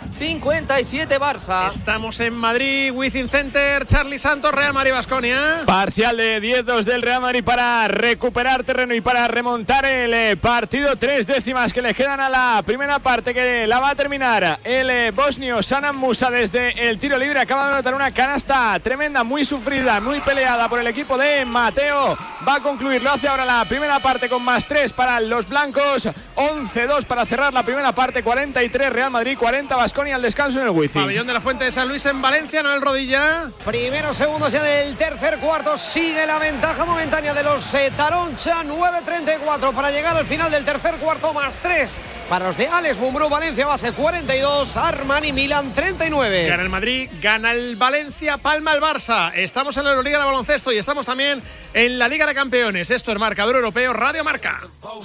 57 Barça. Estamos en Madrid, Wizzing Center, Charlie Santos, Real Madrid Baskonia. Parcial de 10-2 del Real Madrid para recuperar terreno y para remontar el partido. 3 décimas que le quedan a la primera parte, que la va a terminar el bosnio Sanan Musa desde el tiro libre. Acaba de anotar una canasta tremenda, muy sufrida, muy peleada por el equipo de Mateo. Va a concluir, lo hace ahora la primera parte con +3 para los blancos. 11-2 para cerrar la primera parte, 43 Real Madrid, 40 Baskonia al descanso en el Wizzing. Pabellón de la Fuente de San Luis en Valencia, no el Rodilla. Primeros segundos ya del tercer cuarto, sigue la ventaja momentánea de los Taroncha, 9:34 para llegar al final del tercer cuarto, +3 para los de Alex Mumbrú. Valencia base 42, Armani Milan 39. Gana el Madrid, gana el Valencia, palma el Barça. Estamos en la Euroliga de baloncesto y estamos también en la Liga de Campeones. Esto es Marcador Europeo, Radio Marca.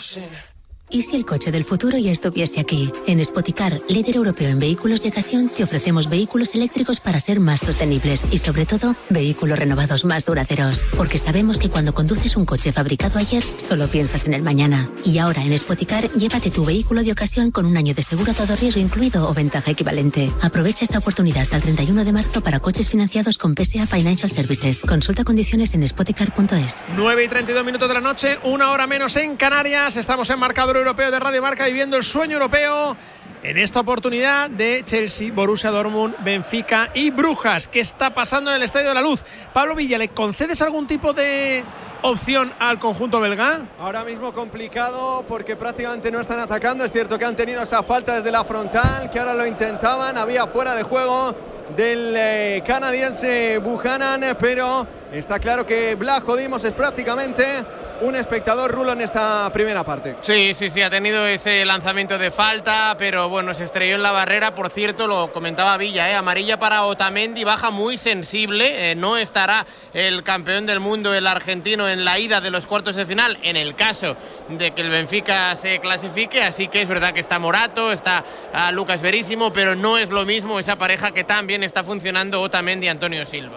¿Y si el coche del futuro ya estuviese aquí? En Spoticar, líder europeo en vehículos de ocasión, te ofrecemos vehículos eléctricos para ser más sostenibles y, sobre todo, vehículos renovados más duraderos. Porque sabemos que cuando conduces un coche fabricado ayer, solo piensas en el mañana. Y ahora en Spoticar, llévate tu vehículo de ocasión con un año de seguro a todo riesgo incluido o ventaja equivalente. Aprovecha esta oportunidad hasta el 31 de marzo para coches financiados con PSA Financial Services. Consulta condiciones en spoticar.es. 9:32 de la noche, 1 hora menos en Canarias. Estamos en Marcador Europeo de Radio Marca, viviendo el sueño europeo en esta oportunidad de Chelsea, Borussia Dortmund, Benfica y Brujas. ¿Qué está pasando en el Estadio de la Luz? Pablo Villa, ¿le concedes algún tipo de opción al conjunto belga? Ahora mismo complicado porque prácticamente no están atacando. Es cierto que han tenido esa falta desde la frontal, que ahora lo intentaban. Había fuera de juego del canadiense Buchanan, pero está claro que Blajo Dimos es prácticamente un espectador rulo en esta primera parte. Sí, ha tenido ese lanzamiento de falta, pero bueno, se estrelló en la barrera. Por cierto, lo comentaba Villa, amarilla para Otamendi, baja muy sensible. No estará el campeón del mundo, el argentino, en la ida de los cuartos de final, en el caso de que el Benfica se clasifique. Así que es verdad que está Morato, está Lucas Verísimo, pero no es lo mismo esa pareja que tan bien está funcionando Otamendi y Antonio Silva.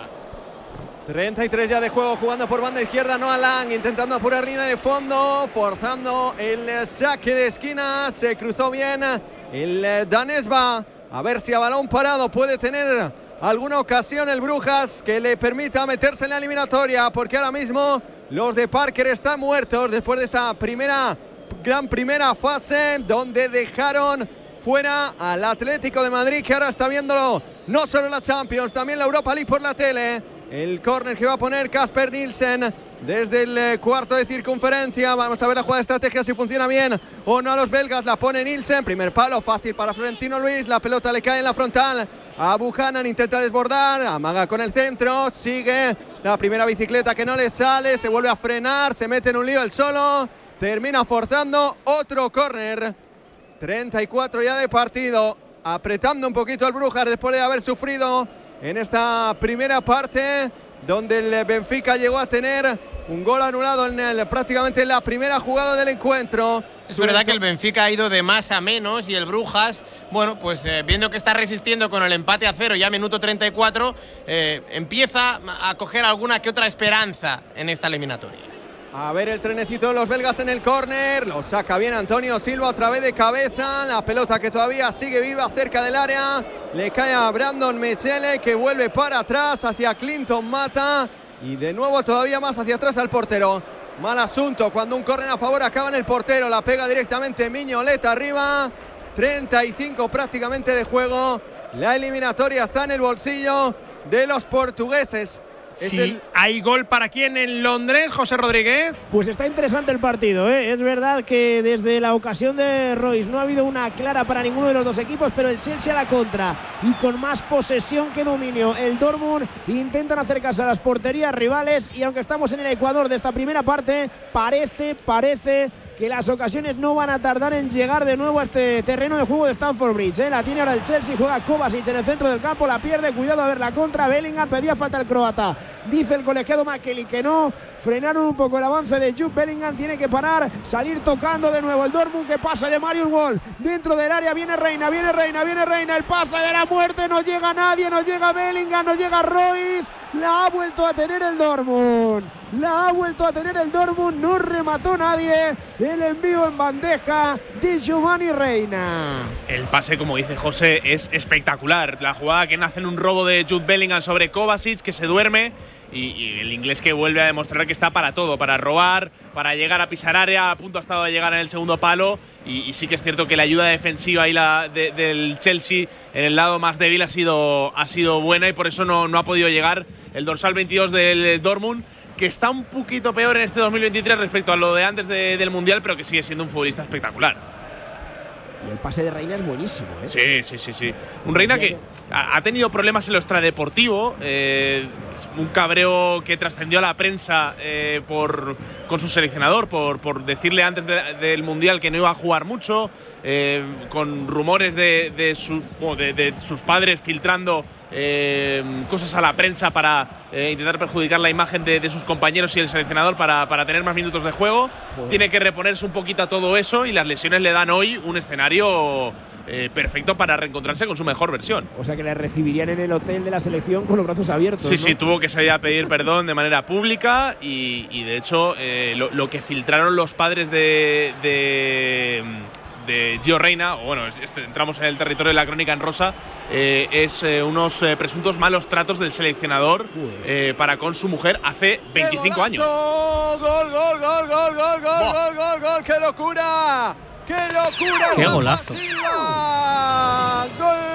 33 ya de juego, jugando por banda izquierda Noah Lang, intentando apurar línea de fondo, forzando el saque de esquina. Se cruzó bien el Danesba, a ver si a balón parado puede tener alguna ocasión el Brujas que le permita meterse en la eliminatoria, porque ahora mismo los de Parker están muertos después de esa gran primera fase donde dejaron fuera al Atlético de Madrid, que ahora está viéndolo no solo la Champions, también la Europa League por la tele. El córner que va a poner Casper Nielsen desde el cuarto de circunferencia. Vamos a ver la jugada de estrategia, si funciona bien o no a los belgas. La pone Nielsen, primer palo fácil para Florentino Luis. La pelota le cae en la frontal a Buchanan, intenta desbordar, amaga con el centro, sigue la primera bicicleta que no le sale, se vuelve a frenar, se mete en un lío él solo, termina forzando otro córner. 34 ya de partido, apretando un poquito al Brujas después de haber sufrido en esta primera parte, donde el Benfica llegó a tener un gol anulado en prácticamente la primera jugada del encuentro. Es verdad que el Benfica ha ido de más a menos y el Brujas, bueno, pues viendo que está resistiendo con el empate a 0 ya minuto 34, empieza a coger alguna que otra esperanza en esta eliminatoria. A ver el trenecito de los belgas en el córner. Lo saca bien Antonio Silva otra vez de cabeza. La pelota que todavía sigue viva cerca del área. Le cae a Brandon Mechele, que vuelve para atrás hacia Clinton Mata. Y de nuevo todavía más hacia atrás al portero. Mal asunto cuando un córner a favor acaba en el portero. La pega directamente Mignolet arriba. 35 prácticamente de juego. La eliminatoria está en el bolsillo de los portugueses. Sí, ¿hay gol para quién en Londres, José Rodríguez? Pues está interesante el partido, ¿eh? Es verdad que desde la ocasión de Royce no ha habido una clara para ninguno de los dos equipos, pero el Chelsea a la contra y con más posesión que dominio. El Dortmund intentan acercarse a las porterías rivales y aunque estamos en el Ecuador de esta primera parte, parece que las ocasiones no van a tardar en llegar de nuevo a este terreno de juego de Stamford Bridge, ¿eh? La tiene ahora el Chelsea, juega Kovacic en el centro del campo, la pierde, cuidado a ver la contra, Bellingham, pedía falta el croata, dice el colegiado McKelly que no, frenaron un poco el avance de Jude Bellingham, tiene que parar, salir tocando de nuevo el Dortmund, que pasa de Marius Wolf, dentro del área, viene Reina, el pase de la muerte, no llega nadie, no llega Bellingham, no llega Royce, la ha vuelto a tener el Dortmund, no remató nadie. El envío en bandeja de Giovanni Reina. El pase, como dice José, es espectacular. La jugada que nace en un robo de Jude Bellingham sobre Kovacic, que se duerme, y el inglés que vuelve a demostrar que está para todo, para robar, para llegar a pisar área, a punto ha estado de llegar en el segundo palo, y sí que es cierto que la ayuda defensiva y del Chelsea en el lado más débil ha sido buena, y por eso no ha podido llegar el dorsal 22 del Dortmund, que está un poquito peor en este 2023 respecto a lo de antes del Mundial, pero que sigue siendo un futbolista espectacular. Y el pase de Reina es buenísimo, ¿eh? Sí. Un Reina que ha tenido problemas en lo extradeportivo, un cabreo que trascendió a la prensa con su seleccionador por decirle antes del Mundial que no iba a jugar mucho, con rumores de sus padres filtrando cosas a la prensa para intentar perjudicar la imagen de sus compañeros y el seleccionador para tener más minutos de juego. Joder. Tiene que reponerse un poquito a todo eso, y las lesiones le dan hoy un escenario perfecto para reencontrarse con su mejor versión. O sea que le recibirían en el hotel de la selección con los brazos abiertos. Sí, ¿no? Sí, tuvo que salir a pedir perdón de manera pública, y de hecho lo que filtraron los padres de Gio Reina, bueno, entramos en el territorio de la crónica en rosa, es unos presuntos malos tratos del seleccionador para con su mujer hace 25 años. ¡Gol! ¡Qué locura! ¡Qué golazo! ¡Gol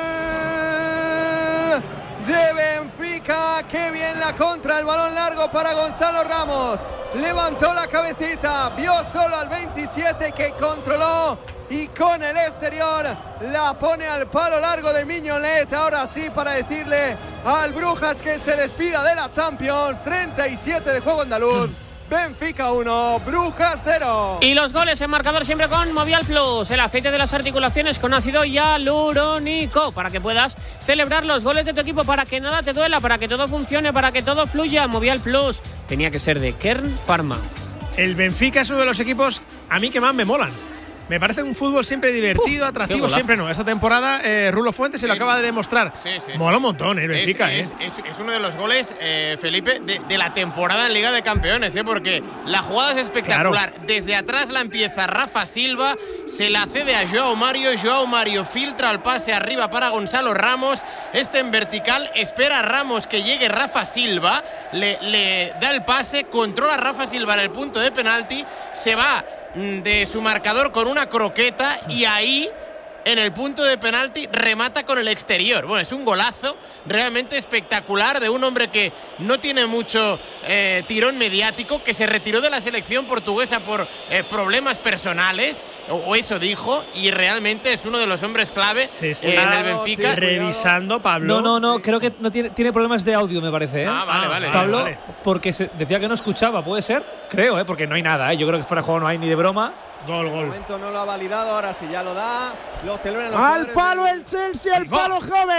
de Benfica! ¡Qué bien la contra! El balón largo para Gonzalo Ramos. Levantó la cabecita, vio solo al 27 que controló, y con el exterior la pone al palo largo de Mignolet. Ahora sí, para decirle al Brujas que se despida de la Champions. 37 de juego andaluz. Benfica 1, Brujas 0. Y los goles en marcador siempre con Movial Plus, el aceite de las articulaciones con ácido hialurónico, para que puedas celebrar los goles de tu equipo, para que nada te duela, para que todo funcione, para que todo fluya. Movial Plus tenía que ser de Kern Pharma. El Benfica es uno de los equipos a mí que más me molan. Me parece un fútbol siempre divertido, atractivo, siempre no. Esta temporada Rulo Fuentes se lo acaba de demostrar. Mola un montón, Benfica. Es uno de los goles, Felipe, de la temporada en Liga de Campeones, porque la jugada es espectacular. Claro. Desde atrás la empieza Rafa Silva, se la cede a Joao Mario filtra el pase arriba para Gonzalo Ramos, en vertical, espera a Ramos que llegue Rafa Silva, le da el pase, controla a Rafa Silva en el punto de penalti, se va de su marcador con una croqueta, y ahí en el punto de penalti remata con el exterior. Bueno, es un golazo realmente espectacular de un hombre que no tiene mucho tirón mediático, que se retiró de la selección portuguesa por problemas personales, o eso dijo, y realmente es uno de los hombres clave en el Benfica. Revisando, Pablo. No, creo que no tiene problemas de audio, me parece. Vale. Pablo, vale. Porque decía que no escuchaba, ¿puede ser? Creo, porque no hay nada, Yo creo que fuera de juego no hay ni de broma. Gol. De momento no lo ha validado, ahora sí ya lo da. Lo celebran los al palo el Chelsea, al palo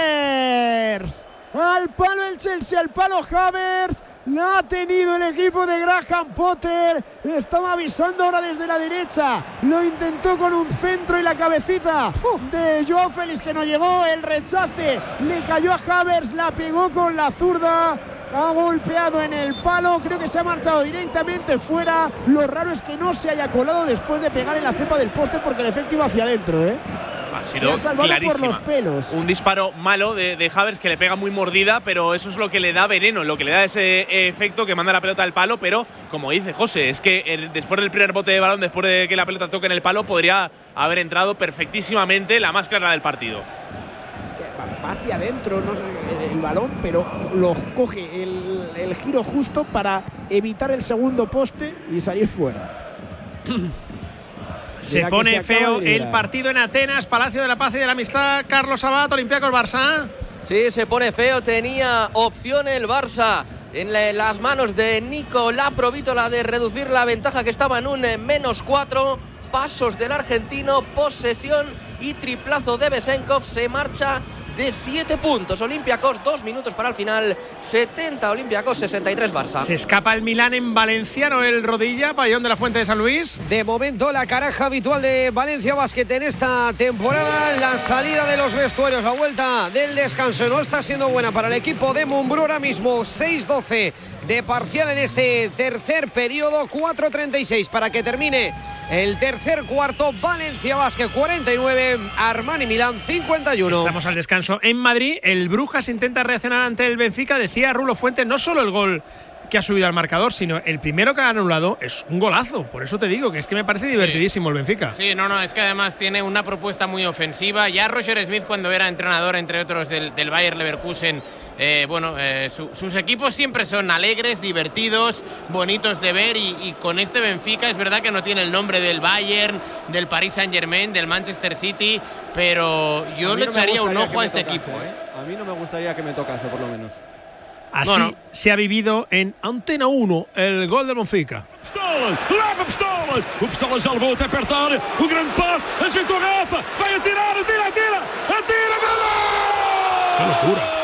Havertz. Al palo el Chelsea, al palo Havertz. La ha tenido el equipo de Graham Potter. Estaba avisando ahora desde la derecha. Lo intentó con un centro y la cabecita de Joao Félix, que no llegó. El rechace le cayó a Havertz, la pegó con la zurda. ha golpeado en el palo, creo que se ha marchado directamente fuera. Lo raro es que no se haya colado después de pegar en la cepa del poste, porque el efecto iba hacia adentro, ¿eh? Ha sido clarísima. Por los pelos. Un disparo malo de Havertz, que le pega muy mordida, pero eso es lo que le da veneno, lo que le da ese efecto que manda la pelota al palo. Pero, como dice José, es que después del primer bote de balón, después de que la pelota toque en el palo, podría haber entrado perfectísimamente la más clara del partido. Es que va hacia adentro, no sé, el balón, pero lo coge el giro justo para evitar el segundo poste y salir fuera. Se pone feo el partido en Atenas, Palacio de la Paz y de la Amistad. Carlos Abad, Olympiacos Barça. Sí, se pone feo. Tenía opción el Barça en las manos de Nicolás Provítola de reducir la ventaja, que estaba en un -4. Pasos del argentino, posesión y triplazo de Besenkov. Se marcha de 7 puntos. Olympiacos, 2 minutos para el final. 70 Olympiacos, 63 Barça. Se escapa el Milán en Valenciano, el Rodilla, pabellón de la Fuente de San Luis. De momento la caraja habitual de Valencia Basket en esta temporada. La salida de los vestuarios, la vuelta del descanso no está siendo buena para el equipo de Mumbrú. Ahora mismo 6-12 de parcial en este tercer periodo. 4:36 para que termine el tercer cuarto. Valencia Basket 49, Armani Milán 51. Estamos al descanso en Madrid. El Brujas intenta reaccionar ante el Benfica. Decía Rulo Fuentes, no solo el gol que ha subido al marcador, sino el primero que ha anulado es un golazo. Por eso te digo que es que me parece divertidísimo el Benfica. Sí, no, es que además tiene una propuesta muy ofensiva. Ya Roger Smith, cuando era entrenador, entre otros, del Bayer Leverkusen, sus equipos siempre son alegres, divertidos, bonitos de ver, y con este Benfica es verdad que no tiene el nombre del Bayern, del Paris Saint-Germain, del Manchester City, pero yo le echaría un ojo a este equipo. A mí no me gustaría que me tocase, por lo menos. Así se ha vivido en Antena 1 el gol del Benfica. Leva Pistolas, o Pistolas já levou até apertar, um grande passe, ajeitou Rafa, vai atirar, atira, gol! ¡Qué locura!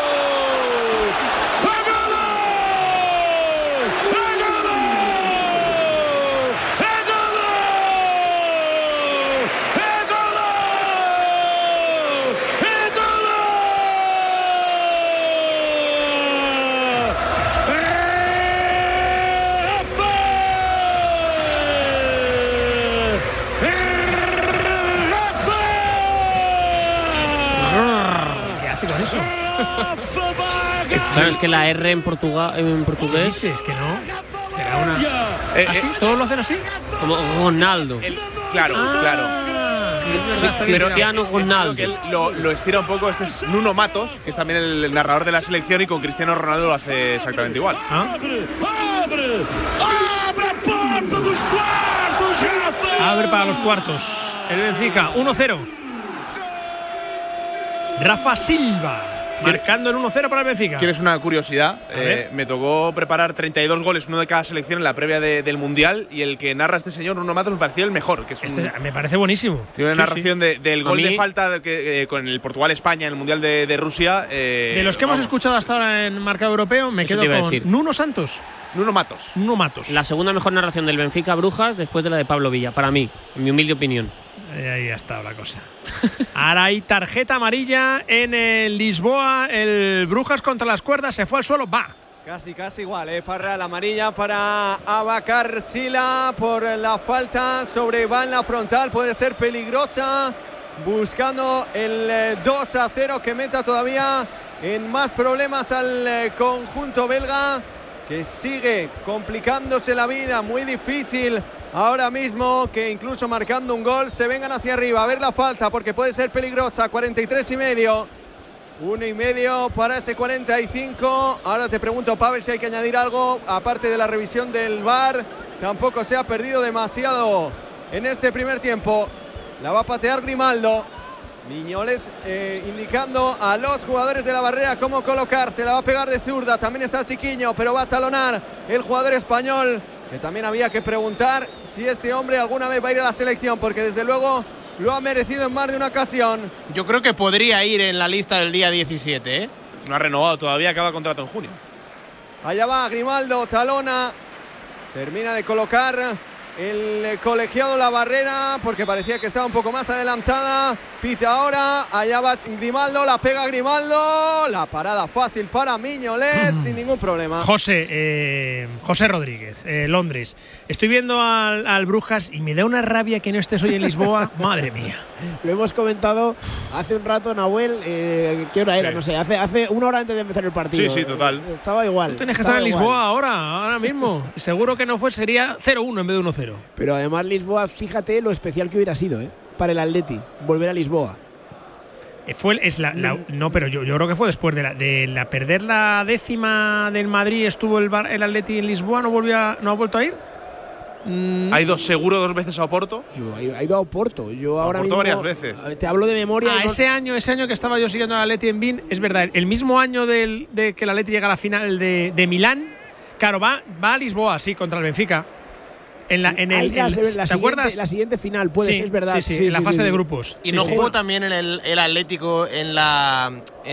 Claro, es que la R en portugués es que no. Será una. ¿Así? ¿Todos lo hacen así? Como Ronaldo. Claro. Cristiano Ronaldo. Lo estira un poco. Este es Nuno Matos, que es también el narrador de la selección, y con Cristiano Ronaldo lo hace exactamente igual. Abre para los cuartos. El Benfica, 1-0. Rafa Silva marcando el 1-0 para el Benfica. ¿Quieres una curiosidad? Me tocó preparar 32 goles, uno de cada selección en la previa del Mundial, y el que narra este señor, Nuno Matos, me pareció el mejor. Que es me parece buenísimo. Tiene una narración del gol de falta con el Portugal-España en el Mundial de Rusia. De los que hemos escuchado hasta ahora en Marcado Europeo, me quedo con Nuno Santos. Nuno Matos. La segunda mejor narración del Benfica Brujas después de la de Pablo Villa, para mí, en mi humilde opinión. Ahí ya está la cosa. Ahora hay tarjeta amarilla en el Lisboa. El Brujas contra las cuerdas, se fue al suelo, va. Casi igual, para la amarilla para Abakar Sila por la falta sobre Van, la frontal puede ser peligrosa, buscando el 2-0 que meta todavía en más problemas al conjunto belga, que sigue complicándose la vida, muy difícil ahora mismo, que incluso marcando un gol se vengan hacia arriba. A ver la falta, porque puede ser peligrosa. 43,5. 1,5 para ese 45. Ahora te pregunto, Pavel, si hay que añadir algo aparte de la revisión del VAR. Tampoco se ha perdido demasiado en este primer tiempo. La va a patear Grimaldo. Miñolet indicando a los jugadores de la barrera cómo colocarse. La va a pegar de zurda. También está Chiquiño, pero va a talonar el jugador español, que también había que preguntar si este hombre alguna vez va a ir a la selección, porque desde luego lo ha merecido en más de una ocasión. Yo creo que podría ir en la lista del día 17, No ha renovado todavía, acaba contrato en junio. Allá va Grimaldo, talona, termina de colocar el colegiado la barrera porque parecía que estaba un poco más adelantada. Pita ahora, allá va Grimaldo, la pega Grimaldo, la parada fácil para Miñolet sin ningún problema. José Rodríguez, Londres. Estoy viendo al Brujas y me da una rabia que no estés hoy en Lisboa. Madre mía. Lo hemos comentado hace un rato, Nahuel. ¿Qué hora era? No sé, hace una hora antes de empezar el partido. Sí, total. Estaba igual. Tú tienes que estar en Lisboa ahora mismo. Seguro que no sería 0-1 en vez de 1-0. Pero además Lisboa, fíjate lo especial que hubiera sido, para el Atleti, volver a Lisboa. No, pero yo creo que fue después de perder la 10ª del Madrid. Estuvo el Atleti en Lisboa, ¿no ha vuelto a ir? ¿Ha ido seguro 2 veces a Oporto? Ha ido a Oporto. Yo ahora mismo varias veces. Te hablo de memoria. Ese año que estaba yo siguiendo al Atleti en Vin, es verdad, el mismo año de que el Atleti llega a la final de Milán, claro, va a Lisboa, sí, contra el Benfica. ¿Te acuerdas? La siguiente final, puede ser, es verdad. Sí, en la fase de grupos. Y no jugó también en el Atlético en la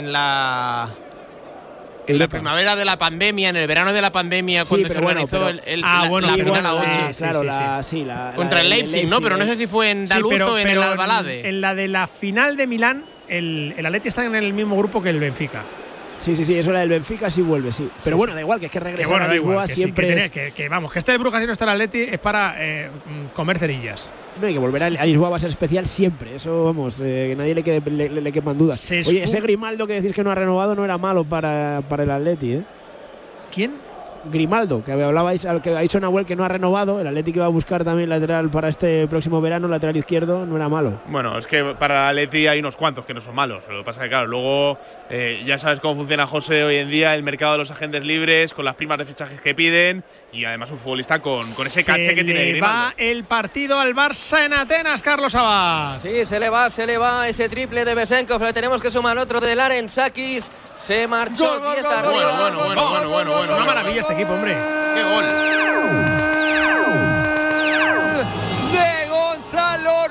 primavera de la pandemia, en el verano de la pandemia, cuando se organizó la final a 8. Contra el Leipzig, ¿no? Pero no sé si fue en Daluz o en el Albalade. En la de la final de Milán, el Atleti está en el mismo grupo que el Benfica. Sí, eso era del Benfica, sí vuelve, sí. Pero bueno, da igual, que es que regresar a Lisboa siempre que esté el Brujas y no está el Atleti es para comer cerillas. No, y que volver a Lisboa va a ser especial siempre. Eso, vamos, que nadie le quepan dudas. Oye, ese Grimaldo que decís que no ha renovado no era malo para el Atleti, ¿eh? ¿Quién? Grimaldo, que hablabais, que ha dicho Nahuel que no ha renovado. El Atleti que va a buscar también lateral para este próximo verano, lateral izquierdo, no era malo. Bueno, es que para el Atleti hay unos cuantos que no son malos. Lo que pasa es que, claro, luego ya sabes cómo funciona José hoy en día, el mercado de los agentes libres, con las primas de fichajes que piden y además un futbolista con ese caché que tiene Grimaldo. Va el partido al Barça en Atenas, Carlos Abad. Sí, se le va ese triple de Besenkov. Le tenemos que sumar otro de Larensakis. Se marchó 10 arriba. Bueno. Una maravilla este equipo, hombre. ¡Qué gol! De Gonzalo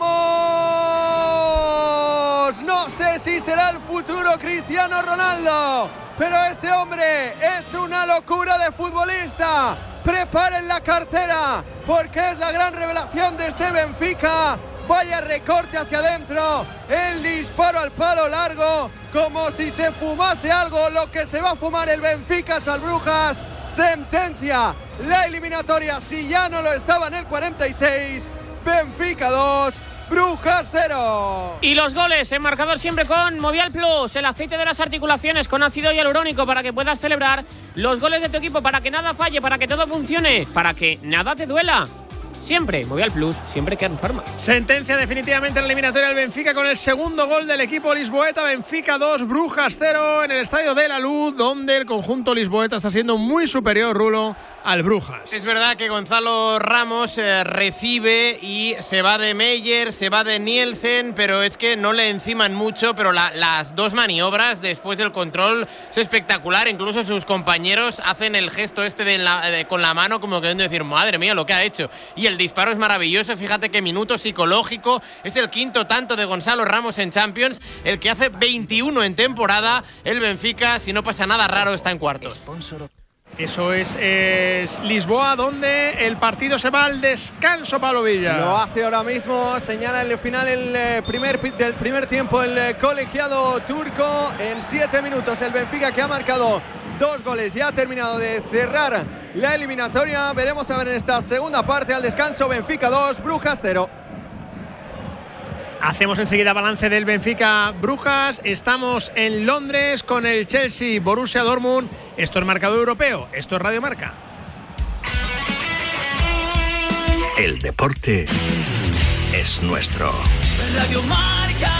Ramos. No sé si será el futuro Cristiano Ronaldo, pero este hombre es una locura de futbolista. Preparen la cartera porque es la gran revelación de este Benfica. Vaya recorte hacia adentro, el disparo al palo largo, como si se fumase algo, lo que se va a fumar el Benfica Salbrujas. Sentencia la eliminatoria, si ya no lo estaba en el 46. Benfica 2, Brujas 0. Y los goles en marcador siempre con Movial Plus, el aceite de las articulaciones con ácido hialurónico para que puedas celebrar los goles de tu equipo, para que nada falle, para que todo funcione, para que nada te duela. Siempre, Movial Plus, siempre que Farma. Sentencia definitivamente en la eliminatoria del Benfica con el segundo gol del equipo lisboeta. Benfica 2, Brujas 0 en el Estadio de la Luz, donde el conjunto lisboeta está siendo muy superior, Rulo, al Brujas. Es verdad que Gonzalo Ramos recibe y se va de Meyer, se va de Nielsen, pero es que no le enciman mucho, pero las dos maniobras después del control es espectacular. Incluso sus compañeros hacen el gesto con la mano como queriendo decir, madre mía, lo que ha hecho. Y el disparo es maravilloso. Fíjate qué minuto psicológico. Es el quinto tanto de Gonzalo Ramos en Champions, el que hace 21 en temporada. El Benfica, si no pasa nada raro, está en cuartos. Eso es Lisboa, donde el partido se va al descanso, Pablo Villa. Lo hace ahora mismo, señala el final del primer tiempo el colegiado turco. En 7 minutos el Benfica, que ha marcado 2 goles, ya ha terminado de cerrar la eliminatoria. Veremos a ver en esta segunda parte al descanso. Benfica 2, Brujas 0. Hacemos enseguida balance del Benfica Brujas. Estamos en Londres con el Chelsea Borussia Dortmund. Esto es Marcador Europeo, esto es Radio Marca. El deporte es nuestro. Radio Marca.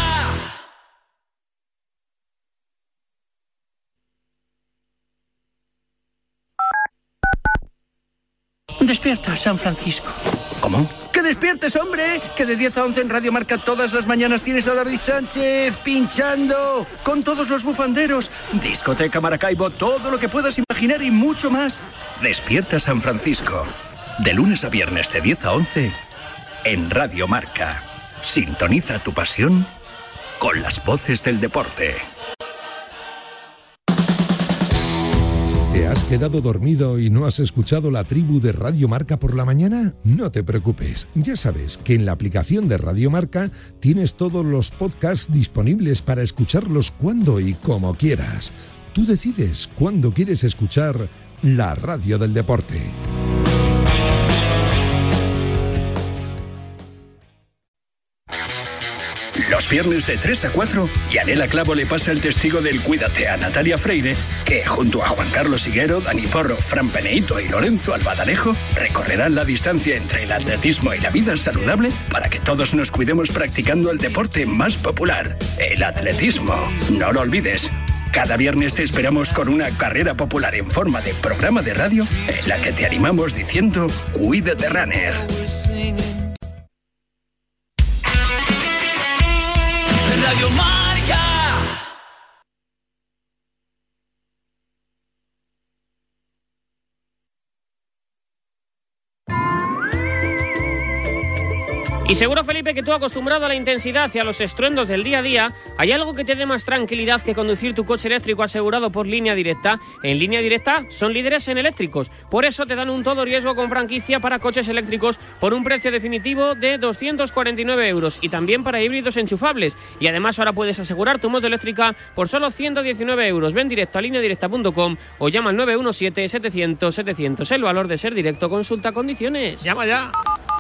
Despierta, San Francisco. ¿Cómo? ¡Que despiertes, hombre! Que de 10 a 11 en Radio Marca todas las mañanas tienes a David Sánchez pinchando con todos los bufanderos. Discoteca Maracaibo, todo lo que puedas imaginar y mucho más. Despierta, San Francisco. De lunes a viernes de 10 a 11 en Radio Marca. Sintoniza tu pasión con las voces del deporte. ¿Te has quedado dormido y no has escuchado la tribu de Radio Marca por la mañana? No te preocupes, ya sabes que en la aplicación de Radio Marca tienes todos los podcasts disponibles para escucharlos cuando y como quieras. Tú decides cuándo quieres escuchar la radio del deporte. Los viernes de 3 a 4, Yanela Clavo le pasa el testigo del Cuídate a Natalia Freire, que junto a Juan Carlos Higuero, Dani Porro, Fran Peneito y Lorenzo Albadalejo recorrerán la distancia entre el atletismo y la vida saludable para que todos nos cuidemos practicando el deporte más popular, el atletismo. No lo olvides. Cada viernes te esperamos con una carrera popular en forma de programa de radio en la que te animamos diciendo Cuídate Runner. Radio Marca. Y seguro, Felipe, que tú, acostumbrado a la intensidad y a los estruendos del día a día, ¿hay algo que te dé más tranquilidad que conducir tu coche eléctrico asegurado por Línea Directa? En Línea Directa son líderes en eléctricos. Por eso te dan un todo riesgo con franquicia para coches eléctricos por un precio definitivo de 249 euros y también para híbridos enchufables. Y además ahora puedes asegurar tu moto eléctrica por solo 119 euros. Ven directo a lineadirecta.com o llama al 917-700-700. El valor de ser directo, consulta condiciones. Llama ya.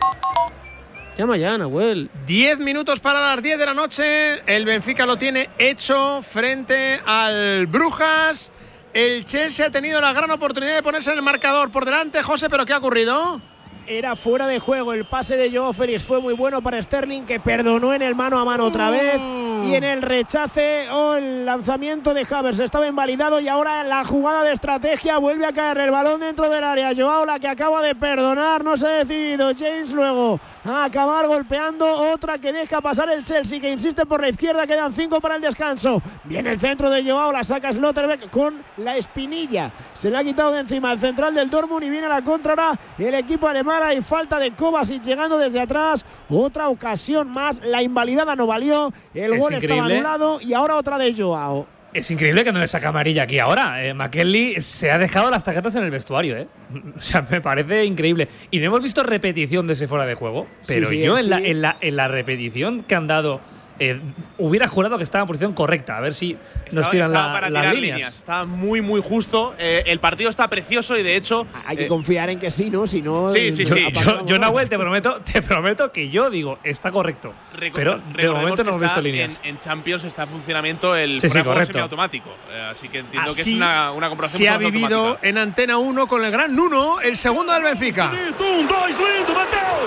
Llama ya, Nahuel. 10 minutos para las 10 de la noche. El Benfica lo tiene hecho frente al Brujas. El Chelsea ha tenido la gran oportunidad de ponerse en el marcador por delante, José, pero ¿qué ha ocurrido? Era fuera de juego. El pase de Joao Félix fue muy bueno para Sterling, que perdonó en el mano a mano otra vez. Y en el rechace el lanzamiento de Havertz estaba invalidado. Y ahora la jugada de estrategia, vuelve a caer el balón dentro del área. Joao, la que acaba de perdonar, no se ha decidido. James luego a acabar golpeando. Otra que deja pasar el Chelsea, que insiste por la izquierda. Quedan 5 para el descanso. Viene el centro de Joao, la saca Slotterbeck con la espinilla. Se le ha quitado de encima el central del Dortmund y viene a la contra ahora el equipo alemán. Hay falta de Kovacic llegando desde atrás. Otra ocasión más. La invalidada no valió. El gol estaba anulado y ahora otra de Joao. Es increíble que no le saca amarilla aquí ahora. McKenlie se ha dejado las tarjetas en el vestuario, O sea, me parece increíble. Y no hemos visto repetición de ese fuera de juego. Pero sí, yo sí. En la repetición que han dado, hubiera jurado que estaba en posición correcta. A ver si nos tiran las líneas. Está muy, muy justo. El partido está precioso y de hecho hay que confiar en que sí, ¿no? Si no. Sí. Yo Nahuel, te prometo que yo digo está correcto. Pero de momento no hemos visto líneas. En Champions está en funcionamiento el fuera semiautomático. Así que entiendo que es una comprobación. Se ha vivido automática. En Antena 1 con el gran Nuno, el segundo del Benfica. 1, 2, lindo, Mateo.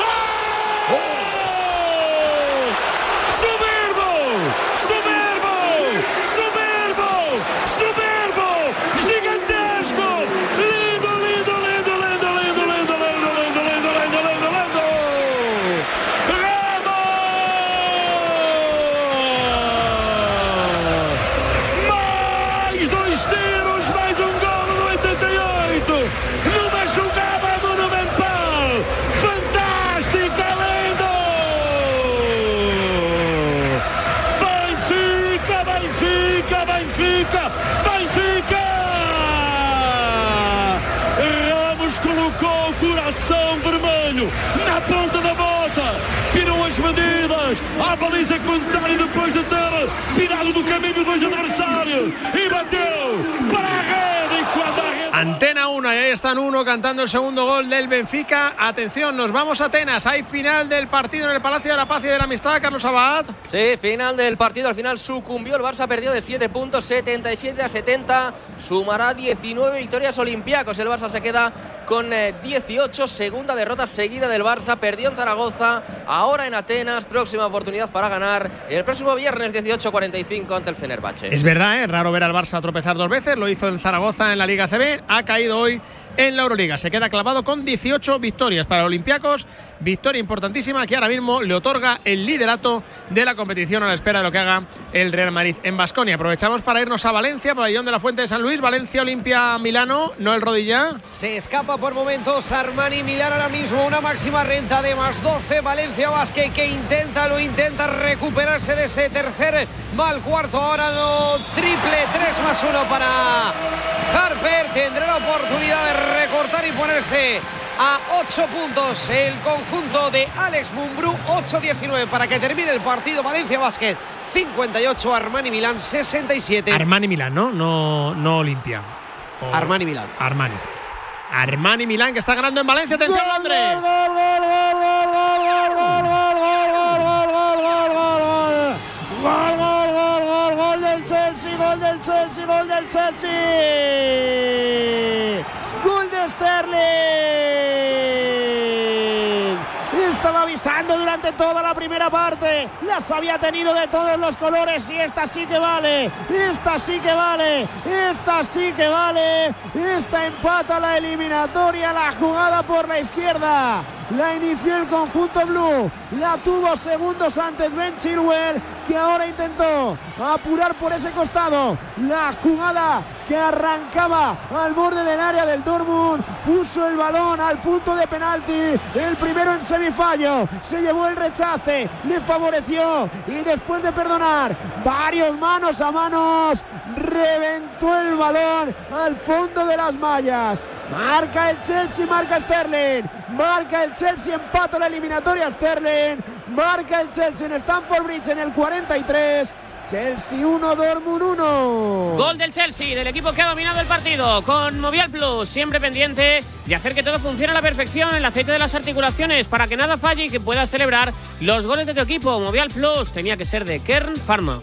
Soberbo! Gigantesco! Lindo! Ramos! Mais 2 tiros, mais gol no 88! Numa jogada monumental! Fantástica, lindo! Benfica! Ramos colocou o coração vermelho na ponta da bota, tirou as medidas, a baliza contrária depois de ter tirado do caminho dos adversários e bateu para a rede. Antena 1, y ahí están uno cantando el segundo gol del Benfica. Atención, nos vamos a Atenas. Hay final del partido en el Palacio de la Paz y de la Amistad, Carlos Abad. Sí, final del partido. Al final sucumbió el Barça, perdió de 7 puntos, 77 a 70. Sumará 19 victorias Olympiacos. El Barça se queda con 18, segunda derrota seguida del Barça. Perdió en Zaragoza, ahora en Atenas. Próxima oportunidad para ganar el próximo viernes 18:45 ante el Fenerbahce. Es verdad, es raro ver al Barça tropezar 2 veces. Lo hizo en Zaragoza en la Liga CB. Ha caído hoy en la Euroliga. Se queda clavado con 18 victorias para Olympiacos. Victoria importantísima que ahora mismo le otorga el liderato de la competición a la espera de lo que haga el Real Madrid en Baskonia. Aprovechamos para irnos a Valencia, pabellón de la Fuente de San Luis. Valencia, Olimpia, Milano. Noel Rodilla. Se escapa por momentos Armani Milán ahora mismo. Una máxima renta de más 12. Valencia Basket que intenta recuperarse de ese tercer mal cuarto. Ahora lo triple. 3+1 para Harper tendrá la oportunidad de recortar y ponerse a 8 puntos el conjunto de Alex Mumbrú. 8-19 para que termine el partido. Valencia Basket 58, Armani Milán 67. Armani Milán, ¿no? No Olimpia. Armani Milán. Armani Milán, que está ganando en Valencia. Atención, Londres. Gol del Chelsea, gol del Chelsea, gol del Chelsea. Gol de Sterling. Estaba avisando durante toda la primera parte. Las había tenido de todos los colores y esta sí que vale. Esta sí que vale. Esta sí que vale. Esta empata la eliminatoria. La jugada por la izquierda la inició el conjunto blue. La tuvo segundos antes Ben Chilwell, que ahora intentó apurar por ese costado. La jugada que arrancaba al borde del área del Dortmund, puso el balón al punto de penalti, el primero en semifallo, se llevó el rechace, le favoreció y después de perdonar varios manos a manos, reventó el balón al fondo de las mallas. Marca el Chelsea, marca Sterling, marca el Chelsea, empata la eliminatoria Sterling, marca el Chelsea en Stamford Bridge en el 43. Chelsea 1, Dortmund 1. Gol del Chelsea, del equipo que ha dominado el partido, con Movial Plus, siempre pendiente de hacer que todo funcione a la perfección, el aceite de las articulaciones, para que nada falle y que puedas celebrar los goles de tu equipo. Movial Plus tenía que ser de Kern Pharma.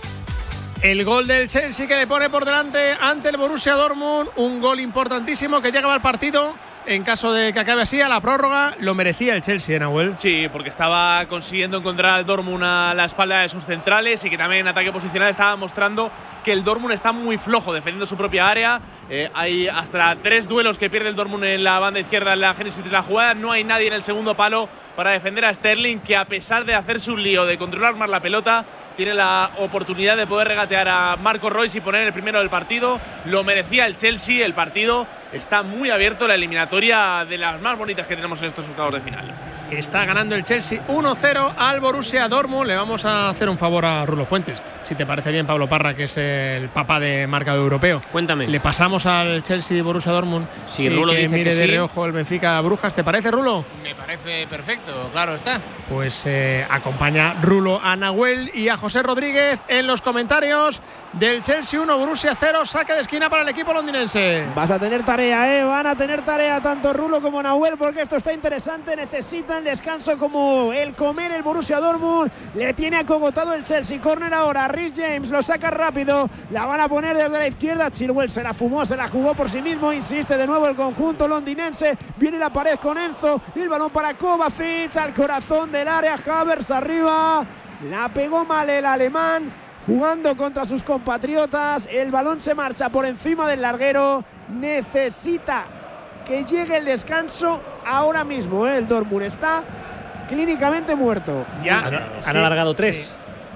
El gol del Chelsea que le pone por delante ante el Borussia Dortmund, un gol importantísimo que llegaba al partido. En caso de que acabe así, a la prórroga, lo merecía el Chelsea, Nahuel. Sí, porque estaba consiguiendo encontrar al Dortmund a la espalda de sus centrales y que también en ataque posicional estaba mostrando que el Dortmund está muy flojo defendiendo su propia área. Hay hasta 3 duelos que pierde el Dortmund en la banda izquierda en la génesis de la jugada. No hay nadie en el segundo palo para defender a Sterling, que a pesar de hacerse un lío, de controlar más la pelota, tiene la oportunidad de poder regatear a Marco Reus y poner el primero del partido. Lo merecía el Chelsea. El partido está muy abierto, la eliminatoria de las más bonitas que tenemos en estos octavos de final. Está ganando el Chelsea 1-0 al Borussia Dortmund. Le vamos a hacer un favor a Rulo Fuentes, si te parece bien, Pablo Parra, que es el papá de Marca Europeo. Cuéntame. Le pasamos al Chelsea Borussia Dortmund. Si Rulo que dice mire que de sí. reojo el Benfica Brujas. ¿Te parece, Rulo? Me parece perfecto, claro está. Pues acompaña Rulo a Nahuel y a José Rodríguez en los comentarios del Chelsea 1, Borussia 0, saque de esquina para el equipo londinense. Vas a tener tarea, van a tener tarea tanto Rulo como Nahuel, porque esto está interesante. Necesitan descanso como el comer el Borussia Dortmund. Le tiene acogotado el Chelsea. Corner ahora, Rhys James lo saca rápido, la van a poner desde la izquierda. Chilwell se la fumó, se la jugó por sí mismo. Insiste de nuevo el conjunto londinense. Viene la pared con Enzo, el balón para Kovacic al corazón del área. Havertz arriba, la pegó mal el alemán, jugando contra sus compatriotas. El balón se marcha por encima del larguero. Necesita que llegue el descanso ahora mismo. El Dortmund está clínicamente muerto. Ya han alargado 3. Sí.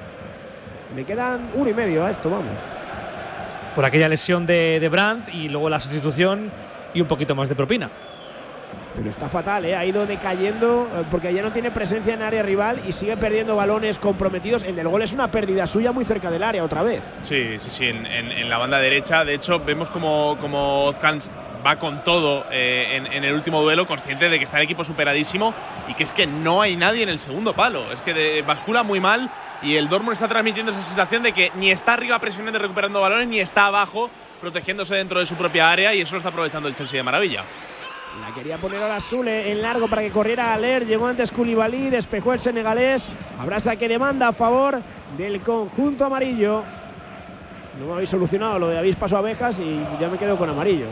Le quedan 1 y medio a esto, vamos. Por aquella lesión de Brandt y luego la sustitución y un poquito más de propina. Pero está fatal, ha ido decayendo porque ya no tiene presencia en área rival y sigue perdiendo balones comprometidos. El del gol es una pérdida suya muy cerca del área otra vez. Sí, en la banda derecha. De hecho, vemos como Ozcan va con todo en el último duelo, consciente de que está el equipo superadísimo y que es que no hay nadie en el segundo palo. Es que bascula muy mal y el Dortmund está transmitiendo esa sensación de que ni está arriba presionando y recuperando balones, ni está abajo protegiéndose dentro de su propia área, y eso lo está aprovechando el Chelsea de maravilla. La quería poner ahora Sule en largo para que corriera Aller. Llegó antes Koulibaly, despejó el senegalés. Habrá saque de banda a favor del conjunto amarillo. No me habéis solucionado lo de habéis paso abejas y ya me quedo con amarillo.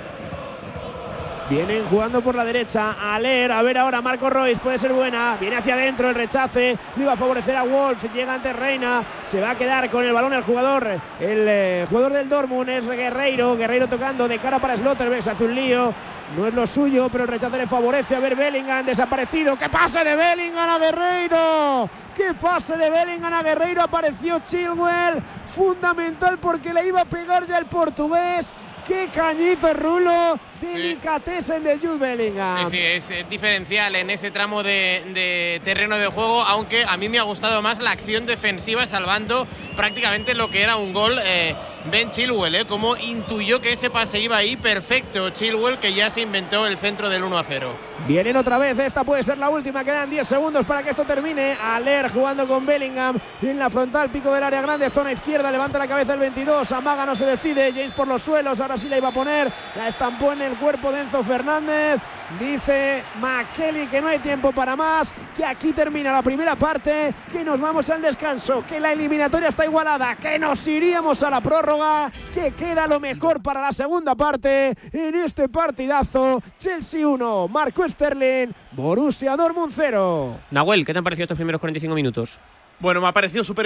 Vienen jugando por la derecha. Aller, a ver ahora Marco Reus, puede ser buena. Viene hacia adentro, el rechace. Le iba a favorecer a Wolf. Llega ante Reina. Se va a quedar con el balón el jugador. El jugador del Dortmund es Guerreiro. Guerreiro tocando de cara para Slotterbeck. Se hace un lío. No es lo suyo, pero el rechace le favorece. A ver, Bellingham desaparecido. ¡Qué pase de Bellingham a Guerreiro! ¡Qué pase de Bellingham a Guerreiro! Apareció Chilwell. Fundamental porque le iba a pegar ya el portugués. ¡Qué cañito, Rulo! Delicatessen de Jude Bellingham. Sí, es diferencial en ese tramo de terreno de juego, aunque a mí me ha gustado más la acción defensiva, salvando prácticamente lo que era un gol. Ben Chilwell, como intuyó que ese pase iba ahí, perfecto Chilwell, que ya se inventó el centro del 1-0. Vienen otra vez, esta puede ser la última, quedan 10 segundos para que esto termine. Aller jugando con Bellingham en la frontal, pico del área grande, zona izquierda, levanta la cabeza el 22, amaga, no se decide, James por los suelos, ahora sí la iba a poner, la estampó en el cuerpo de Enzo Fernández. Dice McKelly que no hay tiempo para más, que aquí termina la primera parte, que nos vamos al descanso, que la eliminatoria está igualada, que nos iríamos a la prórroga, que queda lo mejor para la segunda parte en este partidazo. Chelsea 1, Marco Sterling, Borussia Dortmund 0. Nahuel, ¿qué te han parecido estos primeros 45 minutos? Bueno, me ha parecido súper